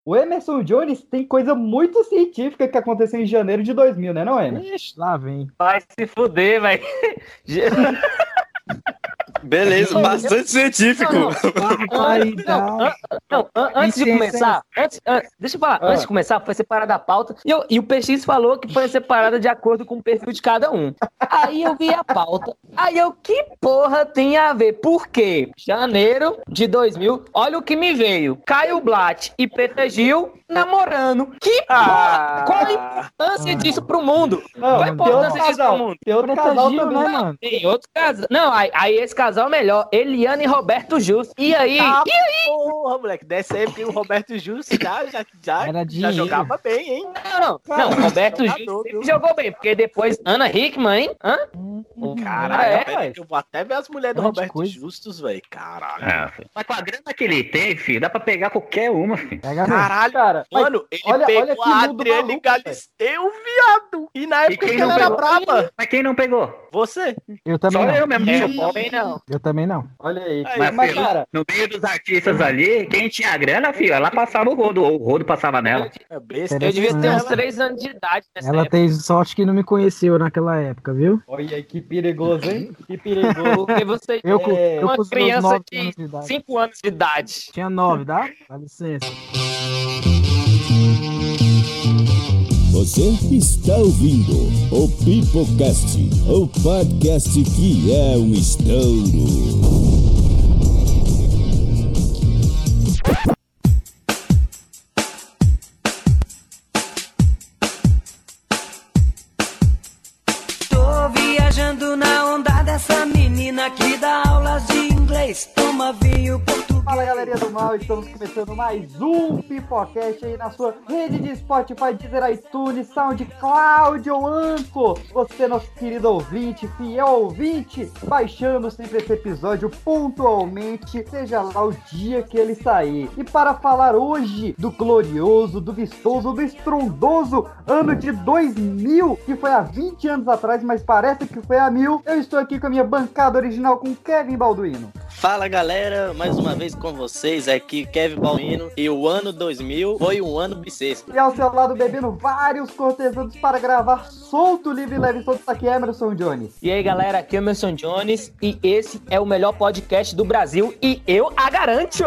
O Emerson Jones tem coisa muito científica que aconteceu em janeiro de 2000, né, não, Emerson? Ixi, lá vem. Vai se fuder, velho. Beleza, bastante científico. Antes de começar, deixa eu falar, antes de começar, foi separada a pauta, e o PX falou que foi separada de acordo com o perfil de cada um. Aí eu vi a pauta, que porra tem a ver? Por quê? Janeiro de 2000, olha o que me veio, Caio Blatt e Preta Gil namorando. Que porra? Qual a importância disso pro mundo? Qual a importância disso pro mundo? Tem outro casal também, né, mano? Tem outro casal. Não, aí esse casal é melhor. Eliana e Roberto Justo. E aí? Porra, moleque. Dessa época o Roberto Justo já jogava bem, hein? Não, o Roberto Justo sempre jogou bem, porque depois Ana Hickman, hein? Caralho, peraí, eu vou até ver as mulheres do Roberto Justus, velho. Caralho. Mas com a grana que ele tem, filho, dá pra pegar qualquer uma, filho. Caralho, cara. Mano, ele pegou a Adriane Galisteu, viado. E na época que ela era braba. Mas quem não pegou? Você. Eu também Só não. eu mesmo. Eu também não. Olha aí. Mas, filho, cara, no meio dos artistas ali, quem tinha grana, filho, ela passava o rodo, ou o rodo passava nela. Eu devia ter uns 3 anos de idade nessa Ela época. tem sorte que não me conheceu naquela época, viu? olha aí, que perigoso, hein? Que perigoso. Porque você Eu é com uma os meus criança 9 de anos de idade. 5 anos de idade. Tinha 9, dá? Dá licença. Você está ouvindo o Pipocast, o podcast que é um estouro. Tô viajando na onda dessa menina que dá aulas de inglês, toma vinho português. Fala, galerinha do mal, estamos começando mais um Pipocast aí na sua rede de Spotify, Deezer, iTunes, SoundCloud ou Anchor. Você, nosso querido ouvinte, fiel ouvinte, baixando sempre esse episódio pontualmente, seja lá o dia que ele sair. E para falar hoje do glorioso, do vistoso, do estrondoso ano de 2000, que foi há 20 anos atrás, mas parece que foi há 1000, eu estou aqui com a minha bancada original com Kevin Balduino. Fala, galera, mais uma vez com vocês aqui, Kevin Balduino, e o ano 2000 foi um ano bissexto. E ao seu lado, bebendo vários cortesanos para gravar solto, livre e leve, solto, aqui Emerson Jones. E aí, galera, aqui é o Emerson Jones e esse é o melhor podcast do Brasil e eu a garanto!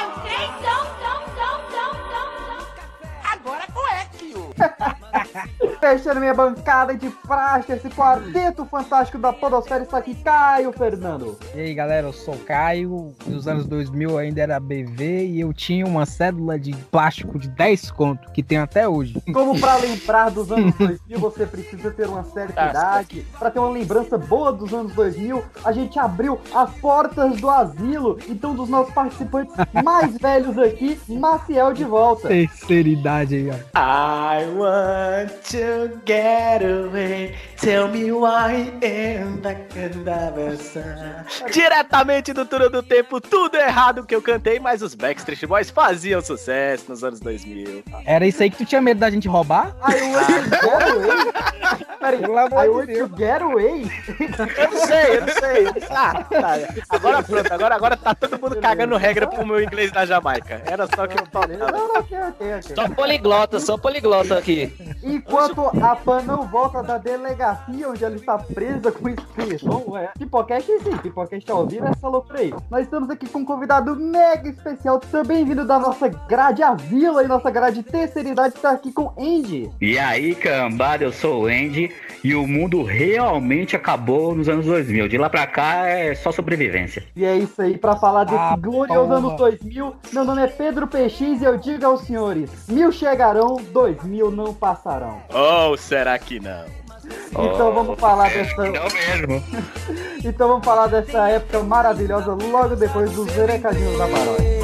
Agora correto! Fechando minha bancada de praxe, esse quarteto fantástico da podosfera, está aqui Caio Fernando. E aí, galera, eu sou o Caio. Nos anos 2000 eu ainda era BV e eu tinha uma cédula de plástico de 10 conto, que tenho até hoje. Como para lembrar dos anos 2000, você precisa ter uma certa idade. Para ter uma lembrança boa dos anos 2000, a gente abriu as portas do asilo. Então, dos nossos participantes mais velhos aqui, Maciel de volta. Terceira idade aí, ó. I want to get away, tell me why am back in the sun. Diretamente do Túnel do Tempo, tudo errado que eu cantei, mas os Backstreet Boys faziam sucesso nos anos 2000. Era isso aí que tu tinha medo da gente roubar? I want to get away? Peraí, I want to get away? Eu não sei. Tá. Agora pronto, agora tá todo mundo cagando regra pro meu inglês da Jamaica. Era só que eu falava. Não, ok. Só poliglota aqui. Enquanto a Pan não volta da delegacia onde ela está presa com inscrição, Pipocast sim, Pipocast ao vivo, essa loucura aí. Nós estamos aqui com um convidado mega especial, também vindo da nossa grade A Vila e nossa grade terceira idade, está aqui com Andy. E aí, cambada, eu sou o Andy e o mundo realmente acabou nos anos 2000. De lá pra cá é só sobrevivência. E é isso aí, pra falar desse glorioso porra. ano 2000, meu nome é Pedro PX e eu digo aos senhores, 1000 chegarão, 2000 não passarão. Oh, será que não? Então vamos falar dessa... Não mesmo. Então vamos falar dessa época maravilhosa logo depois dos recadinhos da paródia.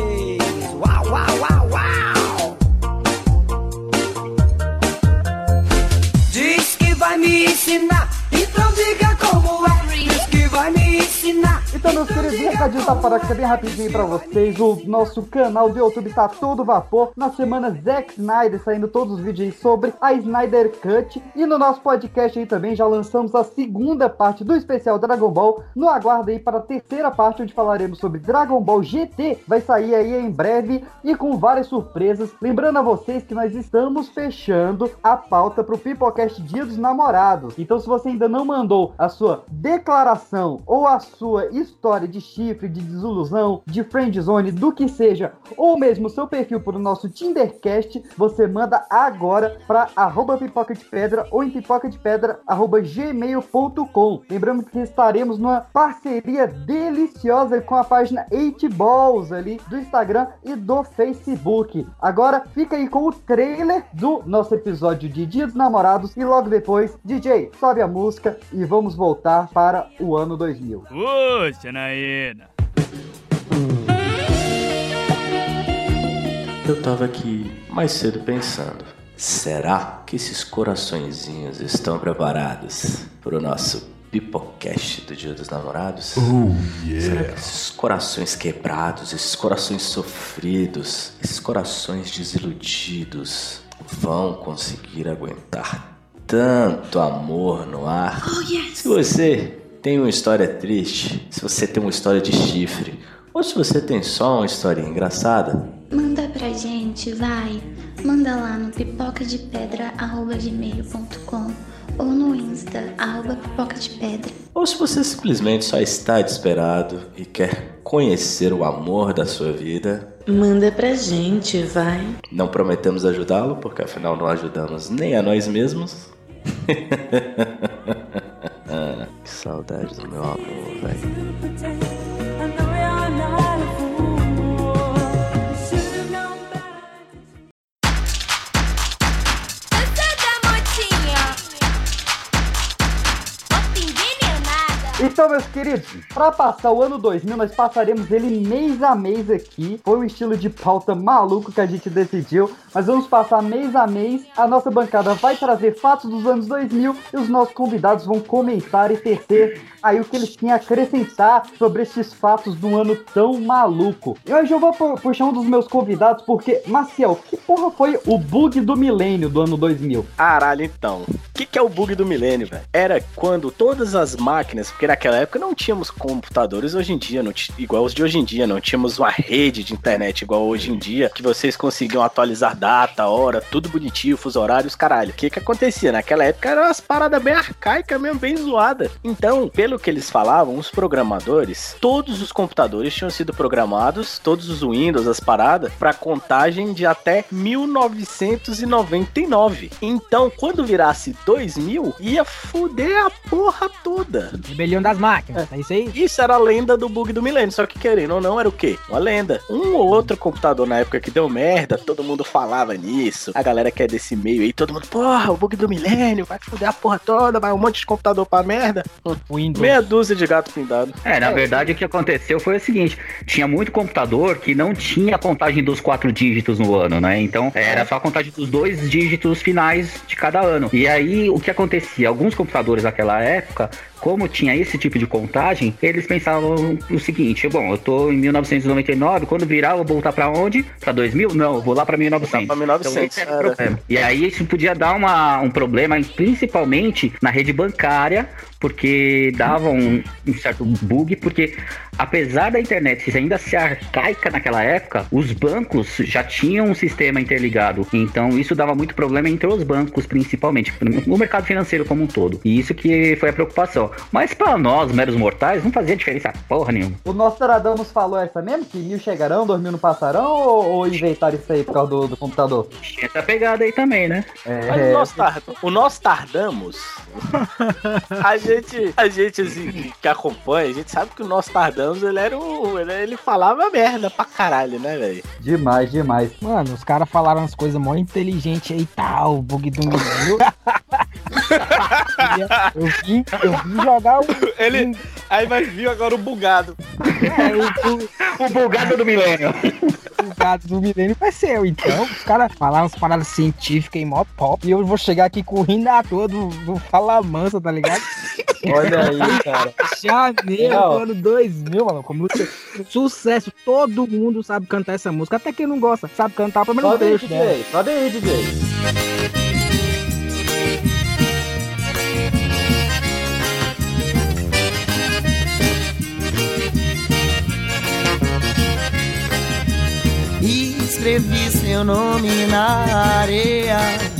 Uau! Diz que vai me ensinar, então diga como é. Diz que vai me ensinar. Então meus queridos, recadinho da paróquia bem rapidinho pra vocês. O nosso canal do YouTube tá todo vapor. Na semana Zack Snyder saindo todos os vídeos aí sobre a Snyder Cut. E no nosso podcast aí também já lançamos a segunda parte do especial Dragon Ball. No aguardo aí para a terceira parte, onde falaremos sobre Dragon Ball GT. Vai sair aí em breve e com várias surpresas. Lembrando a vocês que nós estamos fechando a pauta pro Pipocast Dia dos Namorados. Então se você ainda não mandou a sua declaração ou a sua história de chifre, de desilusão, de friendzone, do que seja, ou mesmo seu perfil pro nosso Tindercast, você manda agora para @pipoca-de-pedra ou em pipocadepedra@gmail.com. Lembrando que estaremos numa parceria deliciosa com a página 8balls ali do Instagram e do Facebook. Agora fica aí com o trailer do nosso episódio de Dia dos Namorados e logo depois, DJ, sobe a música e vamos voltar para o ano 2000. Puxa, Naena. Eu tava aqui mais cedo pensando, será que esses coraçõezinhos estão preparados para o nosso Pipocast do Dia dos Namorados? Será que esses corações quebrados, esses corações sofridos, esses corações desiludidos vão conseguir aguentar tanto amor no ar? Se você tem uma história triste, se você tem uma história de chifre, ou se você tem só uma historinha engraçada, manda pra gente, vai. Manda lá no pipocadepedra@gmail.com ou no Insta, @pipocadepedra. Ou se você simplesmente só está desesperado e quer conhecer o amor da sua vida, manda pra gente, vai. Não prometemos ajudá-lo, porque afinal não ajudamos nem a nós mesmos. Que saudade do meu amor, velho. Então, meus queridos, para passar o ano 2000, nós passaremos ele mês a mês aqui. Foi um estilo de pauta maluco que a gente decidiu, mas vamos passar mês a mês. A nossa bancada vai trazer fatos dos anos 2000 e os nossos convidados vão comentar e tecer aí o que eles têm a acrescentar sobre esses fatos do ano tão maluco. E hoje eu vou puxar um dos meus convidados, porque, Maciel, que porra foi o bug do milênio do ano 2000? Caralho, então. O que é o bug do milênio, velho? Era quando todas as máquinas, porque naquela época não tínhamos computadores hoje em dia, igual os de hoje em dia, não tínhamos uma rede de internet igual hoje em dia, que vocês conseguiam atualizar data, hora, tudo bonitinho, fuso horários, caralho. O que acontecia? Naquela época eram umas paradas bem arcaicas mesmo, bem zoadas. Então, pelo que eles falavam, os programadores, todos os computadores tinham sido programados, todos os Windows, as paradas, pra contagem de até 1999. Então, quando virasse 2000, ia fuder a porra toda. Rebelião das máquinas, é isso aí? Isso era a lenda do bug do milênio, só que querendo ou não, era o quê? Uma lenda. Um ou outro computador na época que deu merda, todo mundo falava nisso. A galera que é desse meio aí, todo mundo, porra, o bug do milênio, vai fuder a porra toda, vai um monte de computador pra merda. Windows. Meia dúzia de gato pintado. Na verdade o que aconteceu foi o seguinte, tinha muito computador que não tinha a contagem dos 4 dígitos no ano, né? Então era só a contagem dos 2 dígitos finais de cada ano. E aí o que acontecia? Alguns computadores naquela época, como tinha esse tipo de contagem, eles pensavam o seguinte, bom, eu tô em 1999, quando virar eu vou voltar pra onde? Pra 2000? Não, eu vou lá pra 1900. Pra 1900, então, e aí isso podia dar um problema, principalmente na rede bancária, porque dava um certo bug, porque apesar da internet ainda ser arcaica naquela época, os bancos já tinham um sistema interligado, então isso dava muito problema entre os bancos, principalmente, no mercado financeiro como um todo, e isso que foi a preocupação. Mas pra nós, meros mortais, não fazia diferença porra nenhuma. O Nostradamus falou essa mesmo? Que 1000 chegarão, 2000 não passarão? Ou inventaram isso aí por causa do computador? Tinha essa pegada aí também, né? Mas o Nostradamus, a gente assim, que acompanha, a gente sabe que o Nostradamus, ele falava merda pra caralho, né, velho? Demais. Mano, os caras falaram umas coisas mó inteligentes aí e tal, o bug do milênio. Eu vim jogar o... Aí vai vir agora o bugado. O bugado do milênio. O bugado do milênio vai ser eu, então. Os caras falaram umas paradas científicas e mó pop. E eu vou chegar aqui com o rindo à toa do Fala Mansa, tá ligado? Olha aí, cara. Janeiro Não. do ano 2000, maluco. Música sucesso. Todo mundo sabe cantar essa música. Até quem não gosta, sabe cantar pelo menos um Sobe aí, trecho dela. DJ. Sobe aí, DJ. Escrevi seu nome na areia.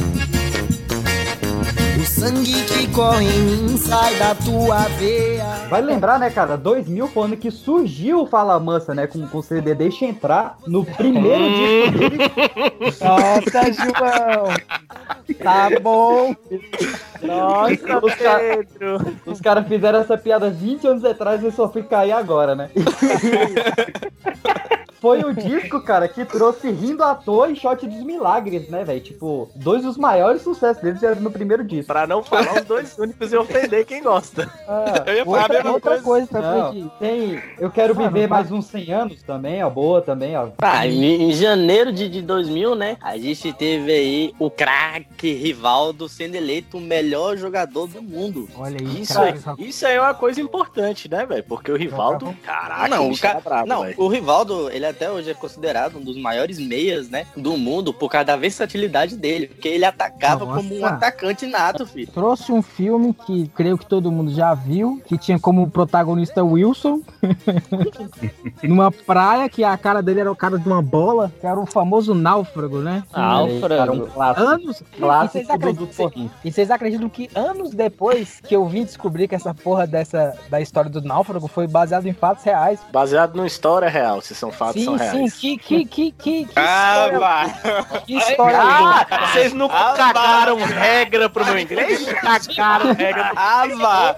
O sangue que corre em mim sai da tua veia. Vai lembrar, né, cara? 2000 foi o ano que surgiu o Fala Mansa, né? Com o CD Deixa Entrar no primeiro disco dele. Nossa, João! Tá bom! Nossa, Pedro! Os caras fizeram essa piada 20 anos atrás e eu só fui cair agora, né? Foi o disco, cara, que trouxe Rindo à Toa e Shot dos Milagres, né, velho? Tipo, dois dos maiores sucessos deles eram no primeiro disco. Pra não falar os dois únicos e ofender quem gosta. Ah, Eu ia falar a mesma Outra coisa não, também que... tem Eu Quero Viver Mais Uns 100 Anos também, ó, boa também, ó. Ah, em janeiro de 2000, né, a gente teve aí o craque Rivaldo sendo eleito o melhor jogador do mundo. Olha aí, Isso aí é uma coisa importante, né, velho? Porque o Rivaldo, caraca, Não, o cara bravo, não, véio. o Rivaldo, ele até hoje é considerado um dos maiores meias, né, do mundo por causa da versatilidade dele, porque ele atacava Nossa. como um atacante nato, filho. Trouxe um filme que creio que todo mundo já viu, que tinha como protagonista Wilson, numa praia, que a cara dele era o cara de uma bola, que era o famoso Náufrago, né? Cara, um clássico. Anos... Clássico do Sorriso. E vocês acreditam que anos depois que eu vim descobrir que essa porra da história do Náufrago foi baseada em fatos reais? Baseado numa história real, se são fatos, são reais. Sim, que Ah, história, vai. que história Vocês não cagaram regra pro meu inglês? Cagaram regra pro... Ah, vá.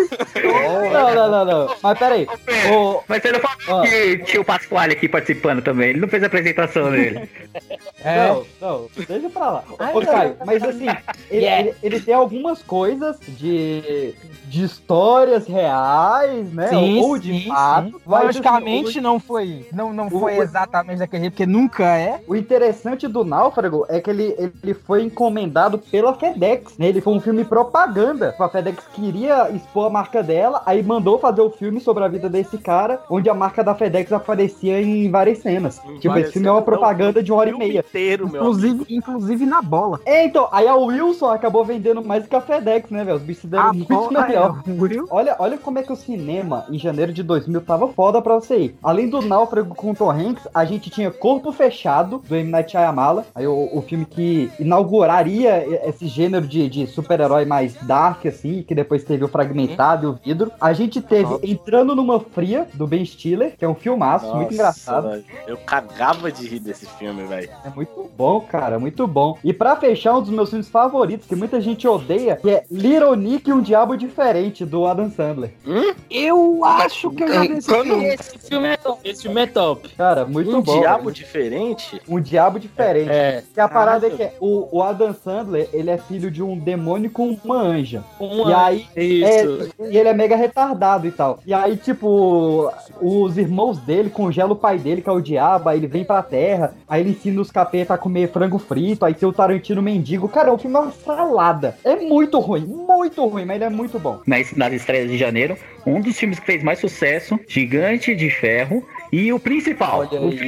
Não. Mas peraí. Mas você não falou que tinha o Pasquale aqui participando também. Ele não fez a apresentação dele. Não, deixa pra lá. Ô, Caio, mas assim, ele tem algumas coisas de histórias reais, né? Ou de fato. Mas, logicamente assim, não foi exatamente daquele jeito, porque nunca é. O interessante do Náufrago é que ele foi encomendado pela FedEx, né? Ele foi um filme propaganda. A FedEx queria expor a marca dela, aí mandou fazer o filme sobre a vida desse cara, onde a marca da FedEx aparecia em várias cenas. Tipo, esse filme é uma propaganda de 1h30. Inteiro, Inclusive na bola. Então, aí a Wilson acabou vendendo mais do que a FedEx, né, velho? Os bichos deram muito melhor. Olha como é que o cinema, em janeiro de 2000, tava foda pra você ir. Além do Náufrago com Tom Hanks, a gente tinha Corpo Fechado, do M. Night Shyamalan, aí o filme que inauguraria esse gênero de super-herói mais dark, assim, que depois teve o Fragmentado e o Vidro. A gente teve Entrando Numa Fria, do Ben Stiller, que é um filmaço, muito engraçado. Véio. Eu cagava de rir desse filme, velho. É muito bom, cara, muito bom. E pra fechar, um dos meus filmes favoritos, que muita gente odeia, que é Little Nick e um Diabo Diferente, do Adam Sandler. Eu acho que eu já vi esse filme. Esse filme é top. Cara, muito bom. Um Diabo velho. Diferente? Um Diabo Diferente. É. Que a parada é que o Adam Sandler, ele é filho de um demônio com uma anja. E aí, e ele é mega retardado e tal. E aí, tipo, os irmãos dele congelam o pai dele, que é o diabo, aí ele vem pra terra, aí ele ensina os capeta a comer frango frito, aí tem o Tarantino mendigo. Cara, o filme é uma salada. É muito ruim, mas ele é muito bom. Nas estreias de janeiro, um dos filmes que fez mais sucesso, Gigante de Ferro, e o principal,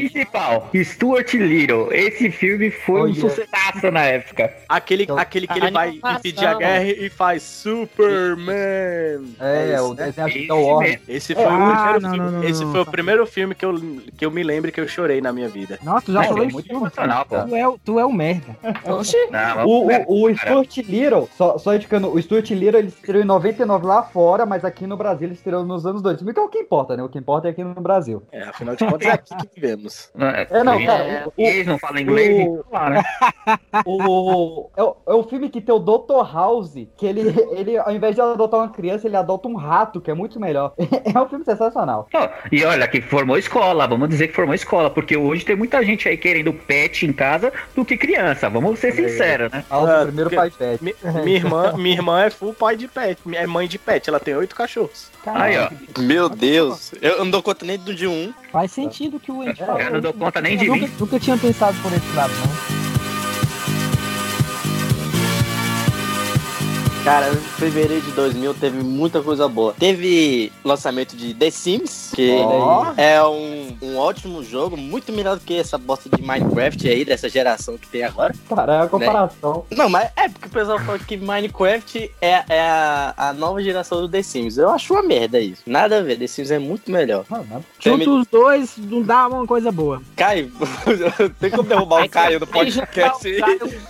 Stuart Little. Esse filme foi um sucesso na época. Aquele que ele vai impedir a guerra e faz Superman. O desenho da Warner. Esse foi o primeiro filme. Esse foi o primeiro filme que eu me lembro que eu chorei na minha vida. Nossa, tu já chorou muito emocional, pô. Tu é o merda. O Stuart Little, só indicando, o Stuart Little ele estreou em 99 lá fora, mas aqui no Brasil ele estreou nos anos 2000, que é o que importa, né? O que importa é aqui no Brasil. Afinal de contas é aqui que vivemos. Eles não falam inglês, então lá, né? É o filme que tem o Dr. House, que ele ao invés de adotar uma criança, ele adota um rato, que é muito melhor. É um filme sensacional. E olha, que formou escola, vamos dizer que formou escola, porque hoje tem muita gente aí querendo pet em casa do que criança, vamos ser sinceros, né? O primeiro pai de pet. Minha irmã é full pai de pet, é mãe de pet, ela tem 8 cachorros. Aí, ó. Meu Deus, eu não dou conta nem de um. Faz sentido que o Andy falou. Eu não dou conta nem de mim. Nunca tinha pensado por esse lado, não. Cara, em fevereiro de 2000 teve muita coisa boa. Teve lançamento de The Sims, que é um ótimo jogo, muito melhor do que essa bosta de Minecraft aí, dessa geração que tem agora. Cara, é a comparação. Não, mas é porque o pessoal fala que Minecraft é a nova geração do The Sims. Eu acho uma merda isso. Nada a ver, The Sims é muito melhor. Junto os dois, não dá uma coisa boa. Caio, tem como derrubar o Caio no podcast aí?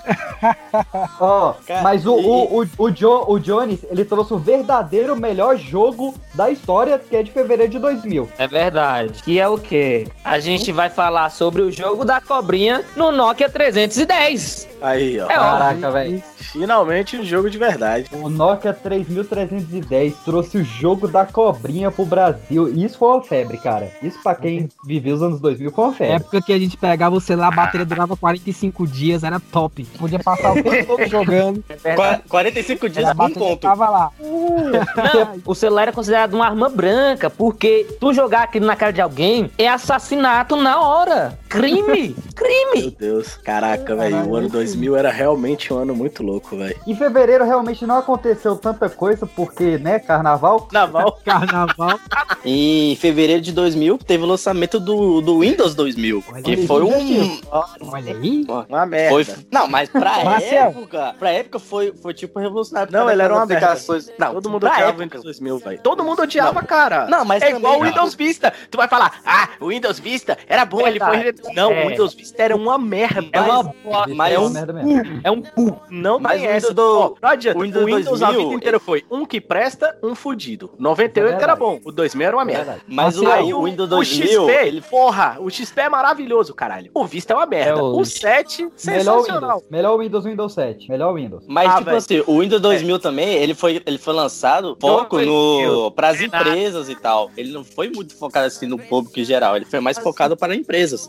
Mas o Jones, ele trouxe o verdadeiro melhor jogo da história, que é de fevereiro de 2000. É verdade. Que é o quê? A gente vai falar sobre o jogo da cobrinha no Nokia 310. Aí, ó. Caraca, velho. Finalmente um jogo de verdade. O Nokia 3310 trouxe o jogo da cobrinha pro Brasil. E isso foi uma febre, cara. Isso pra quem viveu os anos 2000 foi uma febre. Época que a gente pegava o celular, a bateria durava 45 dias, era top. Podia passar o tempo todo jogando. 45 dias com um ponto. Tava lá. Não, o celular era considerado uma arma branca, porque tu jogar aquilo na cara de alguém é assassinato na hora. Crime! Meu Deus. Caraca, velho. O ano 2000 era realmente um ano muito louco, velho. Em fevereiro realmente não aconteceu tanta coisa, porque, né, carnaval. Carnaval. Em fevereiro de 2000 teve o lançamento do Windows 2000, que foi Olha aí. Uma merda. Não, mas pra época foi tipo revolucionário. Não, ele era uma merda. Não, todo mundo odiava o Windows 2000, velho. Todo mundo odiava, cara. Não, mas é igual o também, Windows Vista. Tu vai falar, o Windows Vista era bom, ele foi... Não, o Windows Vista era uma merda. É uma merda mesmo. É um cu. Não mas tem essa. Não adianta. O Windows a vida inteira foi um que presta, um fudido. 98 era bom, o 2000 era uma merda. Mas o Windows 2000... O XP, porra, o XP é maravilhoso, caralho. O Vista é uma merda. O 7, sensacional. Melhor Windows 7. Melhor Windows. Mas, assim, o Windows 2000 também, ele foi lançado foco pras empresas e tal. Ele não foi muito focado, assim, no público em geral. Ele foi mais focado para empresas.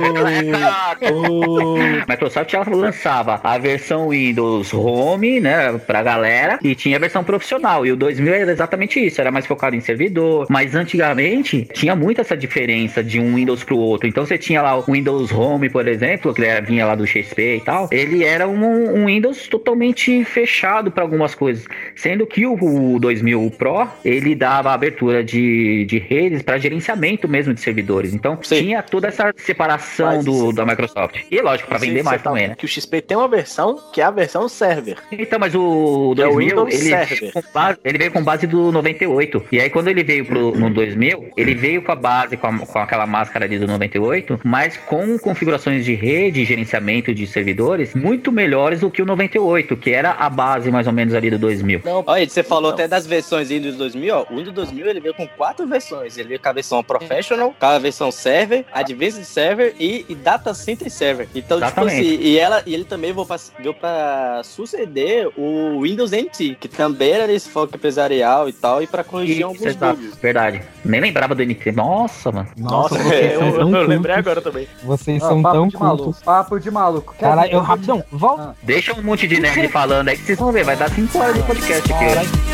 Microsoft ela lançava a versão Windows Home, né, pra galera, e tinha a versão profissional. E o 2000 era exatamente isso, era mais focado em servidor. Mas antigamente tinha muito essa diferença de um Windows pro outro. Então você tinha lá o Windows Home, por exemplo, que vinha lá do XP e tal. Ele era um Windows totalmente fechado para algumas coisas. Sendo que o 2000 Pro, ele dava abertura de redes para gerenciamento mesmo de servidores. Então tinha toda essa separação da Microsoft. E lógico, para vender mais também, né? Que o XP tem uma versão que é a versão server. Então, mas o 2000, ele veio com base do 98. E aí quando ele veio no 2000, ele veio com a base, com aquela máscara ali do 98, mas com configurações de rede e gerenciamento de servidores muito melhores do que o 98, que era a base mais ou menos ali do 2000. Não, olha, você falou até das versões Windows 2000, ó. O Windows 2000 ele veio com 4 versões. Ele veio com a versão Professional, com a versão Server, Advanced Server e Data Center Server. Então, exatamente. Tipo assim, e ele também veio pra suceder o Windows NT, que também era esse foco empresarial e tal, e pra corrigir alguns bugs. Verdade. Nem lembrava do NT. Nossa, mano. Nossa, eu lembrei agora também. Vocês são tão cultos. Papo de maluco. Caralho, eu rapidão, volta. Deixa um monte de nerd falando aí que vocês vão ver. Vai dar 5 horas de podcast aqui.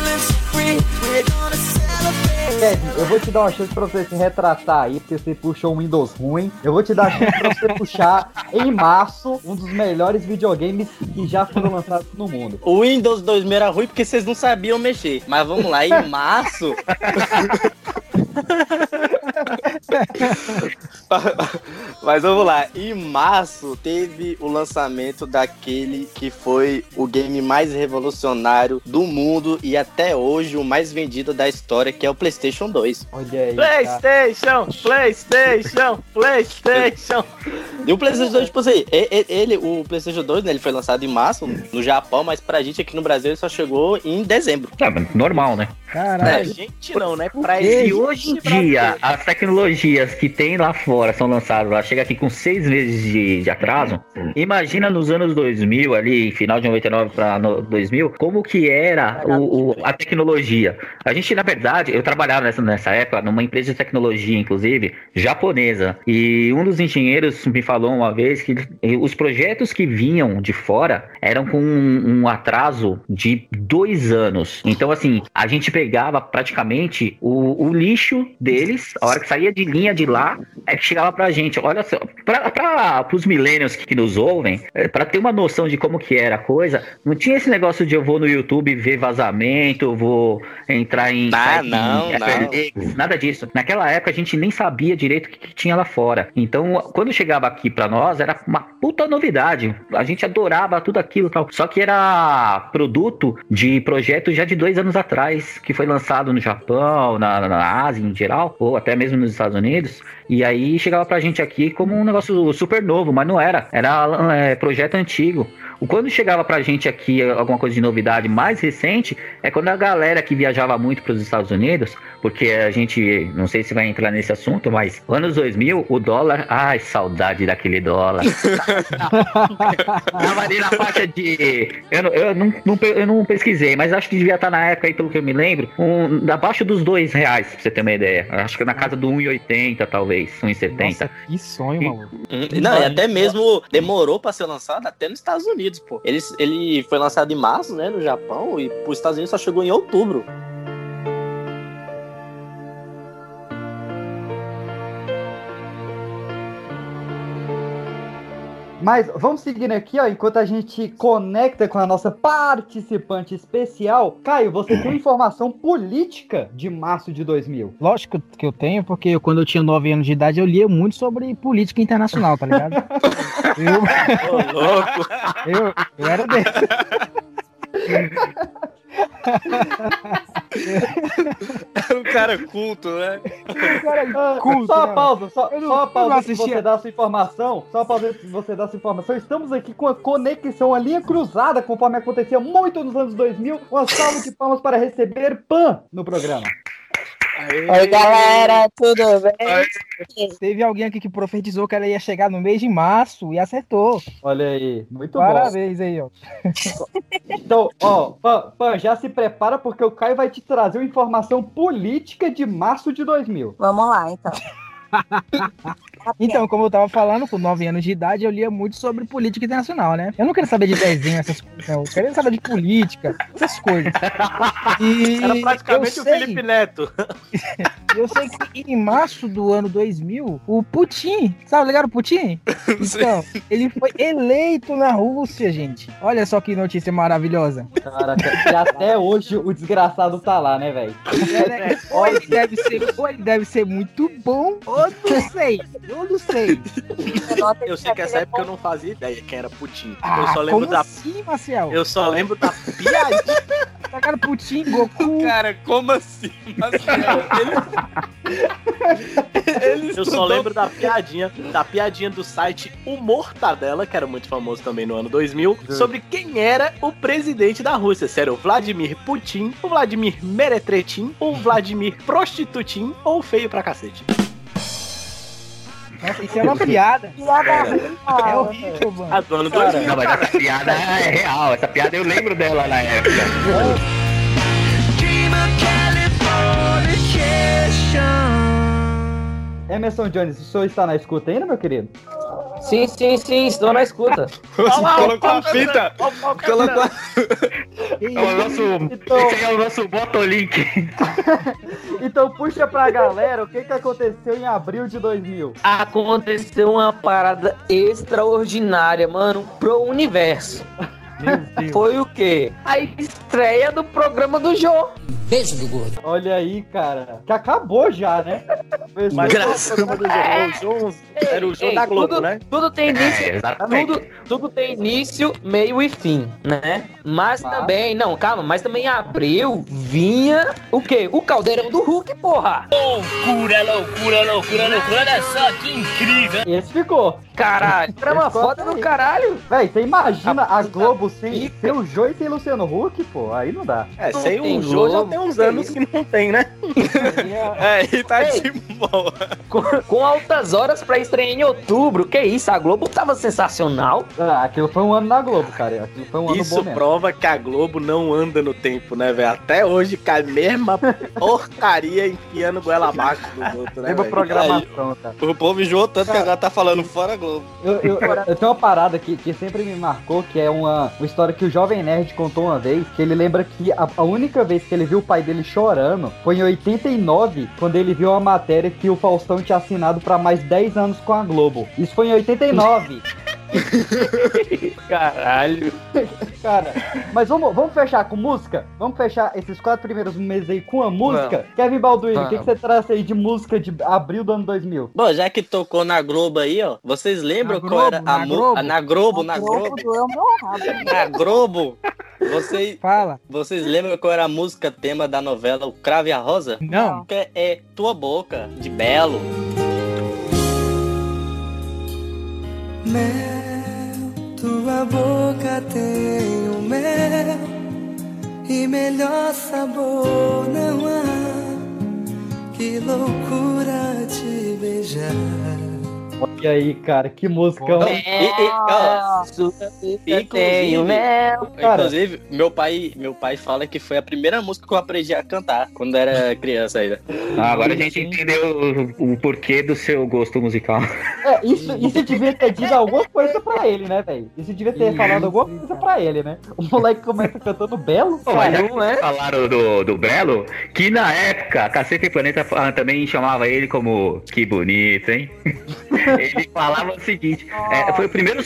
Kevin, eu vou te dar uma chance pra você se retratar aí, porque você puxou um Windows ruim. Eu vou te dar a chance pra você puxar, em março, um dos melhores videogames que já foram lançados no mundo. O Windows 2000 era ruim porque vocês não sabiam mexer. Mas vamos lá, em março... Mas vamos lá, em março teve o lançamento daquele que foi o game mais revolucionário do mundo e até hoje o mais vendido da história, que é o PlayStation 2. Olha aí, PlayStation. E o PlayStation 2, tipo assim, o PlayStation 2, né, ele foi lançado em março no Japão, mas pra gente aqui no Brasil ele só chegou em dezembro. Normal, né? Caralho. Gente não, né? E hoje em dia, as tecnologias que tem lá fora são lançadas lá, chega aqui com 6 meses de atraso. Imagina nos anos 2000 ali, final de 99 para 2000, como que era a tecnologia. A gente, na verdade, eu trabalhava nessa época numa empresa de tecnologia, inclusive, japonesa. E um dos engenheiros me falou uma vez que os projetos que vinham de fora eram com um atraso de 2 anos. Então, assim, a gente pegava praticamente o lixo deles, a hora que saía de de linha de lá é que chegava pra gente. Olha só, pros millennials que nos ouvem, pra ter uma noção de como que era a coisa, não tinha esse negócio de eu vou no YouTube ver vazamento, eu vou entrar em... Não. Nada disso. Naquela época a gente nem sabia direito o que tinha lá fora. Então, quando chegava aqui pra nós, era uma puta novidade. A gente adorava tudo aquilo e tal. Só que era produto de projeto já de 2 anos atrás, que foi lançado no Japão, na Ásia em geral, ou até mesmo nos Estados Unidos. E aí chegava pra gente aqui como um negócio super novo, mas não era. Era projeto antigo. Quando chegava pra gente aqui alguma coisa de novidade mais recente, é quando a galera que viajava muito pros Estados Unidos, porque a gente, não sei se vai entrar nesse assunto, mas anos 2000, o dólar, ai, saudade daquele dólar. Tava ali na faixa de, eu não pesquisei, mas acho que devia estar na época aí, pelo que eu me lembro, abaixo dos R$2, pra você ter uma ideia. Acho que na casa do 1,80 talvez, 1,70. Nossa, que sonho, maluco. Não, e até mesmo demorou pra ser lançado até nos Estados Unidos, pô. Ele foi lançado em março, né, no Japão, e pros Estados Unidos só chegou em outubro. Mas vamos seguindo aqui, ó, enquanto a gente conecta com a nossa participante especial. Caio, você tem informação política de março de 2000? Lógico que eu tenho, porque quando eu tinha 9 anos de idade, eu lia muito sobre política internacional, tá ligado? Ô, louco! Eu era desse. Era um cara culto, né? Só uma pausa, só uma pausa que você dá sua informação. Só uma pausa que você dá sua informação. Estamos aqui com a conexão, a linha cruzada, conforme acontecia muito nos anos 2000. Uma salva de palmas para receber Pan no programa. Oi, galera, tudo bem? Teve alguém aqui que profetizou que ela ia chegar no mês de março e acertou. Olha aí, muito Parabéns aí, ó. Então, ó, Pan, já se prepara porque o Caio vai te trazer uma informação política de março de 2000. Vamos lá, então. Então, como eu tava falando, com 9 anos de idade, eu lia muito sobre política internacional, né? Eu não queria saber de desenho, essas coisas, não. Eu queria saber de política, essas coisas. E era praticamente o Felipe Neto. Eu sei que em março do ano 2000, o Putin, sabe ligar o Putin? Então, ele foi eleito na Rússia, gente. Olha só que notícia maravilhosa. Caraca, e até hoje o desgraçado tá lá, né, velho? Ou ele deve ser muito bom, ou não sei. Eu não sei. Eu sei que nessa época eu não fazia ideia quem era Putin. Eu só lembro Marcel? Eu só lembro da piadinha. Cara, Putin, Goku. Cara, como assim, Marcel? Eu só lembro da piadinha do site O Mortadela, que era muito famoso também no ano 2000, sobre quem era o presidente da Rússia. Se era o Vladimir Putin, o Vladimir Meretretin, o Vladimir Prostitutin ou feio pra cacete. Nossa, isso é uma piada. É horrível, mano. A do ano 2000. Não, mas essa piada é real. Essa piada eu lembro dela na época. Emerson Jones, o senhor está na escuta ainda, meu querido? Sim, estou na escuta. Colocou a fita. Colocou. Esse é o nosso Botolink. Então puxa pra galera o que aconteceu em abril de 2000. Aconteceu uma parada extraordinária, mano, pro universo. Meu Deus. Foi o quê? A estreia do programa do Jô. Beijo do gordo. Olha aí, cara. Que acabou já, né? Mas graças a Deus, era o Jô da Globo, né? Tudo tem início, tudo tem início, meio e fim, né? Mas também, não, calma, mas também em abril vinha o quê? O Caldeirão do Hulk, porra! Loucura, olha só que incrível! Esse ficou. Caralho, era uma foda do caralho! Véi, você imagina a Globo sem o Jô e sem Luciano Huck, pô? Aí não dá. Sem o Jô já tem uns anos que não tem, né? E tá de boa. Com altas horas pra estrear em outubro, que isso, a Globo tava sensacional. Aquilo foi um ano na Globo, cara. Aquilo foi um ano Isso bom mesmo. prova que a Globo não anda no tempo, né, velho? Até hoje cai a mesma porcaria enfiando goela abaixo dos outros, né, Mesma programação, cara. O povo enjoou tanto que agora tá falando fora Globo. Eu tenho uma parada que sempre me marcou, que é uma história que o Jovem Nerd contou uma vez, que ele lembra que a única vez que ele viu o pai dele chorando foi em 89, quando ele viu uma matéria que o Faustão tinha assinado pra mais 10 anos com a Globo. Isso foi em 89. Caralho. Cara, mas vamos fechar com música? Vamos fechar esses 4 primeiros meses aí com a música? Vamos. Kevin Balduino, o que você traz aí de música de abril do ano 2000? Bom, já que tocou na Globo aí, ó, vocês lembram Na qual Globo, era na a Globo? música? Na Globo. doeu meu rabo. Na Globo. Fala. Vocês lembram qual era a música tema da novela O Cravo e a Rosa? Não. Que é Tua Boca, de Belo. Mel, tua boca tem o mel e melhor sabor não há. Que loucura te beijar. Olha aí, cara, que música. Inclusive, meu pai fala que foi a primeira música que eu aprendi a cantar quando era criança ainda. Agora a gente entendeu o porquê do seu gosto musical. Isso devia ter dito alguma coisa pra ele, né, velho? Isso devia ter falado alguma coisa pra ele, né? O moleque começa cantando Belo. Pô, mas já que vocês falaram do Belo, que na época, Cacete e Planeta também chamava ele como Que Bonito, hein? Ele falava o seguinte, foi o primeiro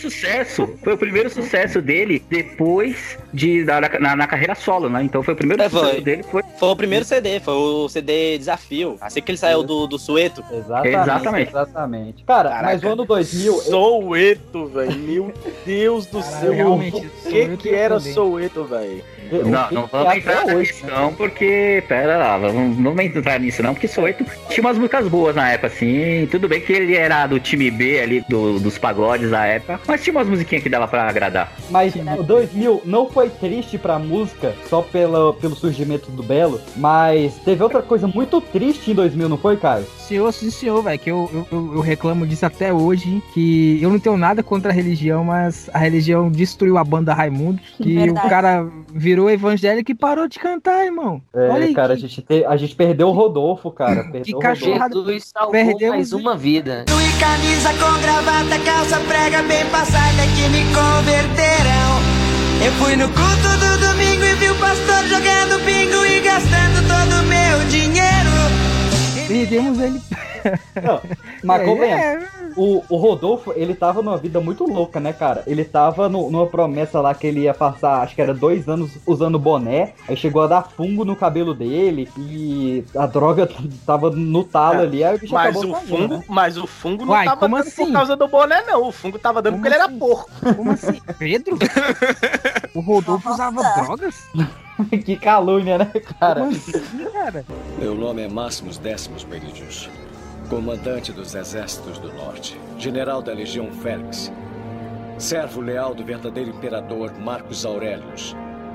sucesso dele depois na carreira solo, né? Então foi o primeiro sucesso dele. Foi o primeiro CD, foi o CD Desafio, assim que ele saiu do Sueto. Exatamente. Cara, caraca, mas o ano 2000... Soweto, velho, meu Deus do céu. Realmente, o que era Soweto, velho? Não vamos entrar nessa questão, porque, pera lá, não vamos entrar nisso não, porque Soweto tinha umas músicas boas na época, assim, tudo bem que ele era do time B ali, dos pagodes da época, mas tinha umas musiquinhas que dava pra agradar. Mas o 2000 não foi triste pra música, só pelo surgimento do Belo, mas teve outra coisa muito triste em 2000, não foi, Caio? Sim, senhor, velho, que eu reclamo disso até hoje, que eu não tenho nada contra a religião, mas a religião destruiu a banda Raimundos, que Verdade. O cara virou evangélico e parou de cantar, irmão. Olha aí, cara, a gente perdeu o Rodolfo, cara. Que cachorrado. Jesus salvou Perdeu mais uma vida. E camisa com gravata, calça prega bem passada que me converterão. Eu fui no culto do domingo e vi o pastor jogando bingo e gastando todo o meu dinheiro. Perdemos ele. Não, mas o Rodolfo, ele tava numa vida muito louca, né, cara? Ele tava numa promessa lá que ele ia passar, acho que era 2 anos usando boné, aí chegou a dar fungo no cabelo dele e a droga tava no talo ali, aí o bicho acabou saindo, né? Mas o fungo não tava dando assim? Por causa do boné, não. O fungo tava dando porque ele era porco. Como assim? Pedro? O Rodolfo usava drogas? Que calúnia, né, cara? Como assim, cara? Meu nome é Máximos Décimos Meridius, comandante dos Exércitos do Norte, general da Legião Félix, servo leal do verdadeiro imperador Marcos Aurelius,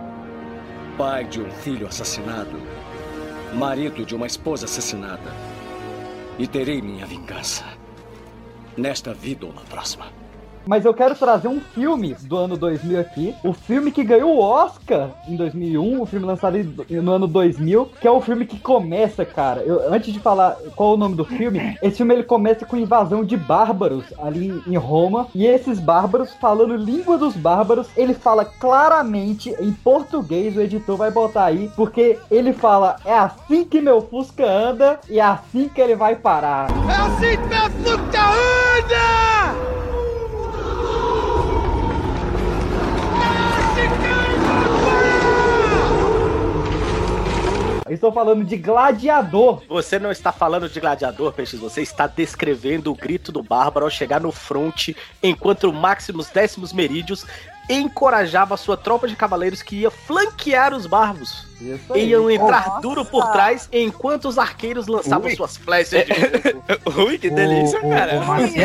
pai de um filho assassinado, marido de uma esposa assassinada, e terei minha vingança, nesta vida ou na próxima. Mas eu quero trazer um filme do ano 2000 aqui. O filme que ganhou o Oscar em 2001, o filme lançado no ano 2000, que é o filme que começa, cara. Antes de falar qual é o nome do filme, esse filme ele começa com invasão de bárbaros ali em Roma. E esses bárbaros, falando língua dos bárbaros, ele fala claramente em português, o editor vai botar aí, porque ele fala, é assim que meu Fusca anda e é assim que ele vai parar. É assim que meu Fusca anda! Eu estou falando de Gladiador. Você não está falando de Gladiador, Peixes. Você está descrevendo o grito do bárbaro ao chegar no fronte, enquanto o Maximus Décimos Meridius encorajava a sua tropa de cavaleiros que ia flanquear os bárbaros. Iam entrar duro por trás, enquanto os arqueiros lançavam suas flechas de fogo. Ui, que delícia, cara.